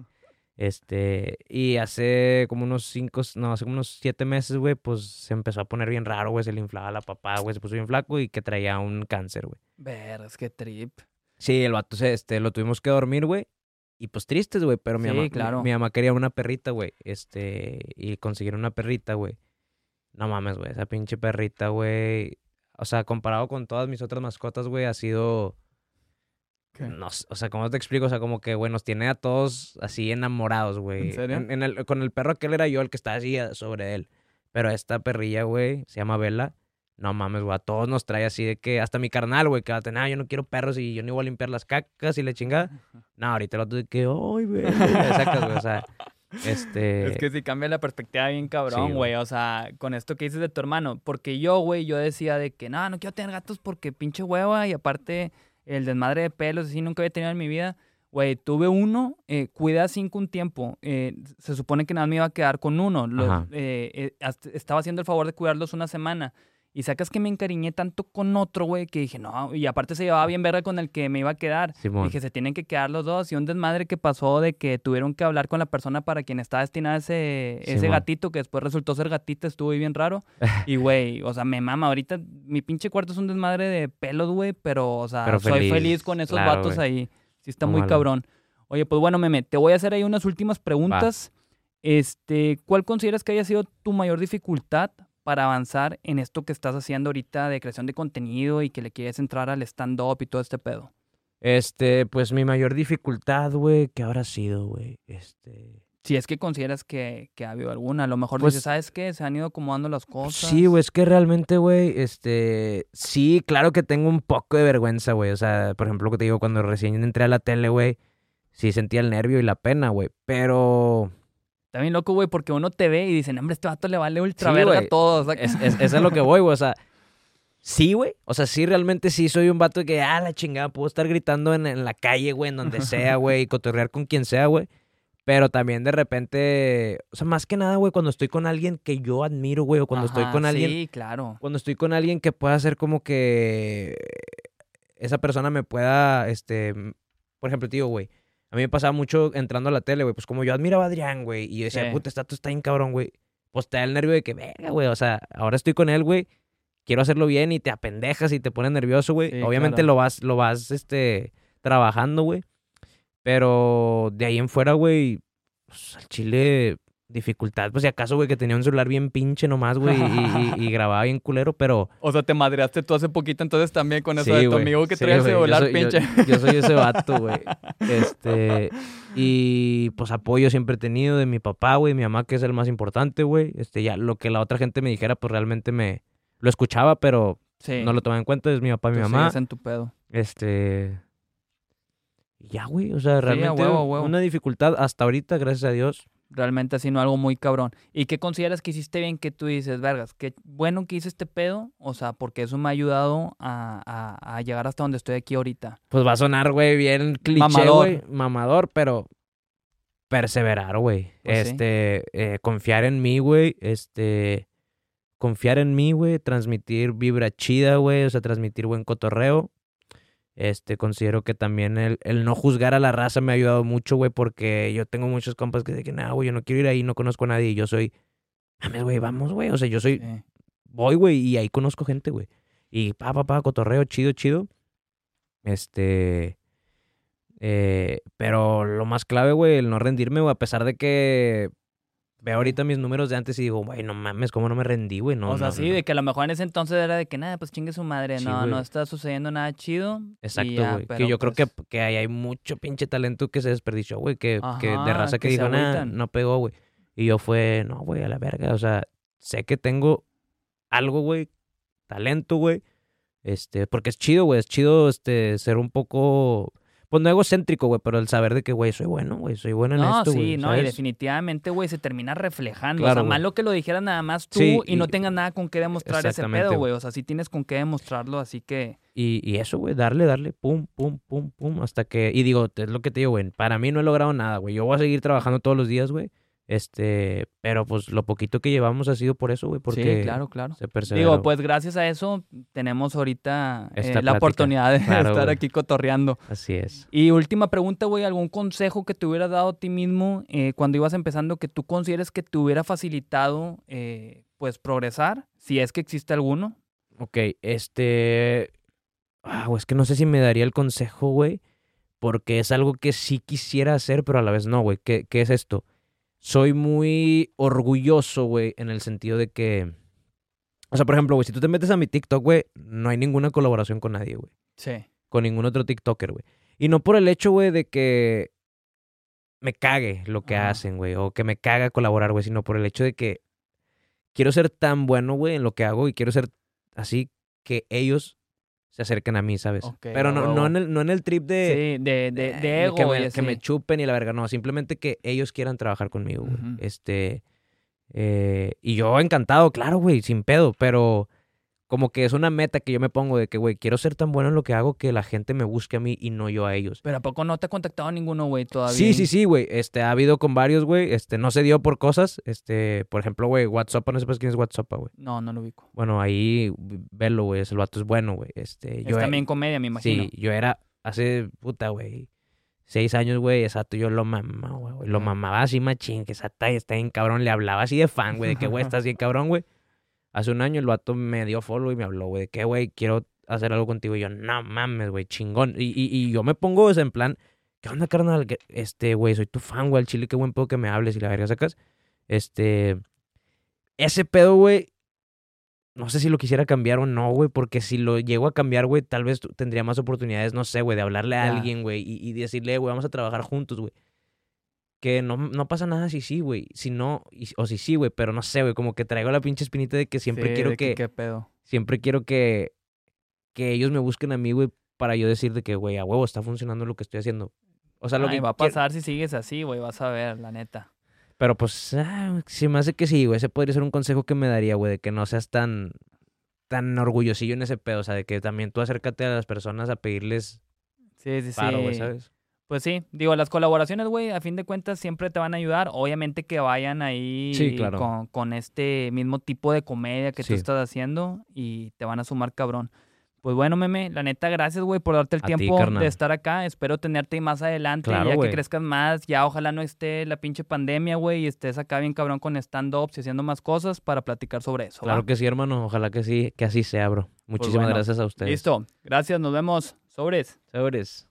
Este, y hace como unos cinco, no, hace como unos siete meses, güey, pues se empezó a poner bien raro, güey. Se le inflaba la papá, güey. Se puso bien flaco y que traía un cáncer, güey. Ver, es que trip. Sí, el vato, se, este, lo tuvimos que dormir, güey. Y pues tristes, güey, pero mi Sí, mamá, mi- claro. mi, mamá quería una perrita, güey. Este, y consiguieron una perrita, güey. No mames, güey, esa pinche perrita, güey. O sea, comparado con todas mis otras mascotas, güey, ha sido... ¿Qué? No, sé, o sea, ¿cómo te explico? O sea, como que, güey, nos tiene a todos así enamorados, güey. ¿En serio? En el, con el perro aquel era yo el que estaba así a- sobre él. Pero esta perrilla, güey, se llama Bella. No mames, güey, a todos nos trae así de que... Hasta mi carnal, güey, que va a tener, ah, yo no quiero perros y yo ni voy a limpiar las cacas y la chingada. No, ahorita el otro de que, ay, güey, le sacas, güey, o sea... Este... Es que sí cambia la perspectiva bien Sí, cabrón, güey. güey. O sea, con esto que dices de tu hermano. Porque yo, güey, yo decía de que no, no quiero tener gatos porque pinche hueva. Y aparte, el desmadre de pelos, así nunca había tenido en mi vida. Güey, tuve uno, eh, cuidé a cinco un tiempo. eh, se supone que nada más me iba a quedar con uno. Lo- Ajá. eh, eh, hasta- estaba haciendo el favor de cuidarlos una semana. Y sacas que me encariñé tanto con otro, güey, que dije, no. Y aparte se llevaba bien verga con el que me iba a quedar. Simón. Dije, se tienen que quedar los dos. Y un desmadre que pasó de que tuvieron que hablar con la persona para quien estaba destinada ese, ese Simón. gatito, que después resultó ser gatita, estuvo ahí bien raro. Y, güey, o sea, me mama. Ahorita mi pinche cuarto es un desmadre de pelos, güey, pero, o sea, Pero soy feliz, feliz con esos claro, vatos güey. ahí. Sí está muy Ojalá. cabrón. Oye, pues bueno, Meme, te voy a hacer ahí unas últimas preguntas. Este, ¿cuál consideras que haya sido tu mayor dificultad para avanzar en esto que estás haciendo ahorita de creación de contenido y que le quieres entrar al stand-up y todo este pedo? Este, pues mi mayor dificultad, güey, ¿qué habrá sido, güey? Este... Si es que consideras que, que ha habido alguna, a lo mejor Pues- dices, ¿sabes qué? Se han ido acomodando las cosas. Sí, güey, es que realmente, güey, este... Sí, claro que tengo un poco de vergüenza, güey. O sea, por ejemplo, lo que te digo, cuando recién entré a la tele, güey, sí sentía el nervio y la pena, güey. Pero... Está bien loco, güey, porque uno te ve y dicen, hombre, este vato le vale ultra Sí, verga güey. a todos. O sea, Es, es, es a lo que voy, güey. O sea, sí, güey. O sea, sí, realmente sí soy un vato que, ah, la chingada, puedo estar gritando en, en la calle, güey, en donde sea, güey, y cotorrear con quien sea, güey. Pero también de repente, o sea, más que nada, güey, cuando estoy con alguien que yo admiro, güey, o cuando estoy Ajá, con alguien, Sí, claro. cuando estoy con alguien que pueda hacer como que esa persona me pueda, este, por ejemplo, tío, güey, a mí me pasaba mucho entrando a la tele, güey, pues como yo admiraba a Adrián, güey, y yo decía, Sí. puta, este vato está bien cabrón, güey, pues te da el nervio de que, verga, güey, o sea, ahora estoy con él, güey, quiero hacerlo bien y te apendejas y te pones nervioso, güey. Sí, Obviamente claro. lo vas, lo vas, este, trabajando, güey. Pero de ahí en fuera, güey, pues, al chile, dificultad. Pues si acaso, güey, que tenía un celular bien pinche nomás, güey, y, y- y grababa bien culero, pero... O sea, te madreaste tú hace poquito entonces también con eso Sí, de tu güey, amigo que sí, trae el güey, yo celular soy- yo- pinche. Yo, soy ese vato, güey. Este, y pues apoyo siempre he tenido de mi papá, güey, mi mamá, que es el más importante, güey. Este, ya lo que la otra gente me dijera, pues realmente me lo escuchaba, pero Sí. no lo tomaba en cuenta. Es mi papá, mi Tú mamá. sigues en tu pedo. Este, y ya, güey, o sea, a realmente huevo, a huevo. una dificultad hasta ahorita, gracias a Dios. Realmente así, no algo muy cabrón. ¿Y qué consideras que hiciste bien que tú dices, vergas, qué bueno que hice este pedo? O sea, porque eso me ha ayudado a, a- a llegar hasta donde estoy aquí ahorita. Pues va a sonar, güey, bien cliché, Mamador. güey, mamador, pero perseverar, güey. Pues sí. este, eh, confiar en mí, güey, este, confiar en mí, güey, transmitir vibra chida, güey, o sea, transmitir buen cotorreo. Este, considero que también el, el no juzgar a la raza me ha ayudado mucho, güey, porque yo tengo muchos compas que dicen, no, güey, yo no quiero ir ahí, no conozco a nadie, y yo soy, mames, güey, vamos, güey, o sea, yo soy, Sí. voy, güey, y ahí conozco gente, güey. Y pa, pa, pa, cotorreo, chido, chido. Este, eh, pero lo más clave, güey, el no rendirme, güey, a pesar de que veo ahorita mis números de antes y digo, güey, no mames, ¿cómo no me rendí, güey? No, o sea, no, sí, no. de que a lo mejor en ese entonces era de que nada, pues chingue su madre. Sí, no, güey. no está sucediendo nada chido. y Exacto, ya, güey. Que pero yo creo pues, que, que ahí hay mucho pinche talento que se desperdició, güey. Que, que de Ajá, raza que, que se dijo, nada, agüitan". no pegó, güey. Y yo fue, no, güey, a la verga. O sea, sé que tengo algo, güey, talento, güey. Este, porque es chido, güey. Es chido, este, ser un poco, pues no egocéntrico, güey, pero el saber de que, güey, soy bueno, güey. Soy bueno en No, esto, sí, güey. no, y ¿sabes? definitivamente, güey, se termina reflejando. Claro, o sea, güey. más lo que lo dijeras nada más tú Sí, y, no y- tengas nada con qué demostrar ese Exactamente, pedo, güey. güey. O sea, sí tienes con qué demostrarlo, así que... Y, y eso, güey, darle, darle, pum, pum, pum, pum, hasta que... Y digo, es lo que te digo, güey, para mí no he logrado nada, güey. Yo voy a seguir trabajando todos los días, güey. Este, pero pues lo poquito que llevamos ha sido por eso, güey, porque Sí, claro, claro. se perseveró. Digo, pues gracias a eso tenemos ahorita eh, Esta la plática. oportunidad de Claro, estar güey. aquí cotorreando. Así es. Y última pregunta, güey, ¿algún consejo que te hubieras dado a ti mismo eh, cuando ibas empezando que tú consideres que te hubiera facilitado, eh, pues, progresar? Si es que existe alguno. Ok, este... Ah, güey, es que no sé si me daría el consejo, güey, porque es algo que sí quisiera hacer, pero a la vez no, güey. ¿Qué, qué es esto? Soy muy orgulloso, güey, en el sentido de que... O sea, por ejemplo, güey, si tú te metes a mi TikTok, güey, no hay ninguna colaboración con nadie, güey. Sí. Con ningún otro TikToker, güey. Y no por el hecho, güey, de que me cague lo que Ajá. hacen, güey, o que me caga colaborar, güey, sino por el hecho de que quiero ser tan bueno, güey, en lo que hago y quiero ser así que ellos se acerquen a mí, ¿sabes? Ok, Pero a no, huevo. no, en el, no en el trip de... Sí, de, de, de eh, ego, que, y me, así. que me chupen y la verga, no, simplemente que ellos quieran trabajar conmigo, güey. Ujú. Este, eh, y yo encantado, claro, güey, sin pedo, pero como que es una meta que yo me pongo de que, güey, quiero ser tan bueno en lo que hago que la gente me busque a mí y no yo a ellos. Pero ¿a poco no te ha contactado ninguno, güey, todavía? Sí, sí, sí, güey, este, ha habido con varios, güey, este, no se dio por cosas, este, por ejemplo, güey, WhatsApp, no sepas quién es WhatsApp, güey. No, no lo ubico. Bueno, ahí, velo, güey, el vato es bueno, güey, este, yo... Es también comedia, me imagino. Sí, yo era hace, puta, güey, seis años, güey, exacto, yo lo mamaba, güey, lo Ok. mamaba así machín, que esa talla está bien cabrón, le hablaba así de fan, güey, de que, güey, estás bien cabrón, güey. Hace un año el vato me dio follow y me habló, güey, de que, güey, quiero hacer algo contigo. Y yo, no mames, güey, chingón. Y, y, y yo me pongo, o sea, en plan, ¿qué onda, carnal? Que, este, güey, soy tu fan, güey, al chile, qué buen pedo que me hables y la verga sacas. Este, ese pedo, güey, no sé si lo quisiera cambiar o no, güey, porque si lo llego a cambiar, güey, tal vez tu- tendría más oportunidades, no sé, güey, de hablarle a Ya. alguien, güey, y, y decirle, güey, vamos a trabajar juntos, güey. que no, no pasa nada si sí, güey. Si no, y- o si sí, güey, pero no sé, güey, como que traigo la pinche espinita de que siempre Sí, quiero de que, ¿Qué pedo? siempre quiero que, que ellos me busquen a mí, güey, para yo decir de que, güey, a huevo está funcionando lo que estoy haciendo. O sea, lo Ay, que va a quiero- pasar si sigues así, güey, vas a ver, la neta. Pero pues, ah, se me hace que sí, güey. Ese podría ser un consejo que me daría, güey, de que no seas tan, tan orgullosillo en ese pedo. O sea, de que también tú acércate a las personas a pedirles Sí, sí, paro, güey, sí. ¿sabes? Pues sí, digo, las colaboraciones, güey, a fin de cuentas siempre te van a ayudar. Obviamente que vayan ahí Sí, claro. con, con este mismo tipo de comedia que tú Sí. estás haciendo y te van a sumar cabrón. Pues bueno, meme, la neta, gracias, güey, por darte el A ti, tiempo carnal. de estar acá. Espero tenerte ahí más adelante, Claro, ya güey. que crezcas más. Ya ojalá no esté la pinche pandemia, güey, y estés acá bien cabrón con stand-ups y haciendo más cosas para platicar sobre eso, Claro ¿va? que sí, hermano. Ojalá que sí, que así sea, bro. Pues Muchísimas bueno, gracias a ustedes. listo. Gracias, nos vemos. Sobres. Sobres.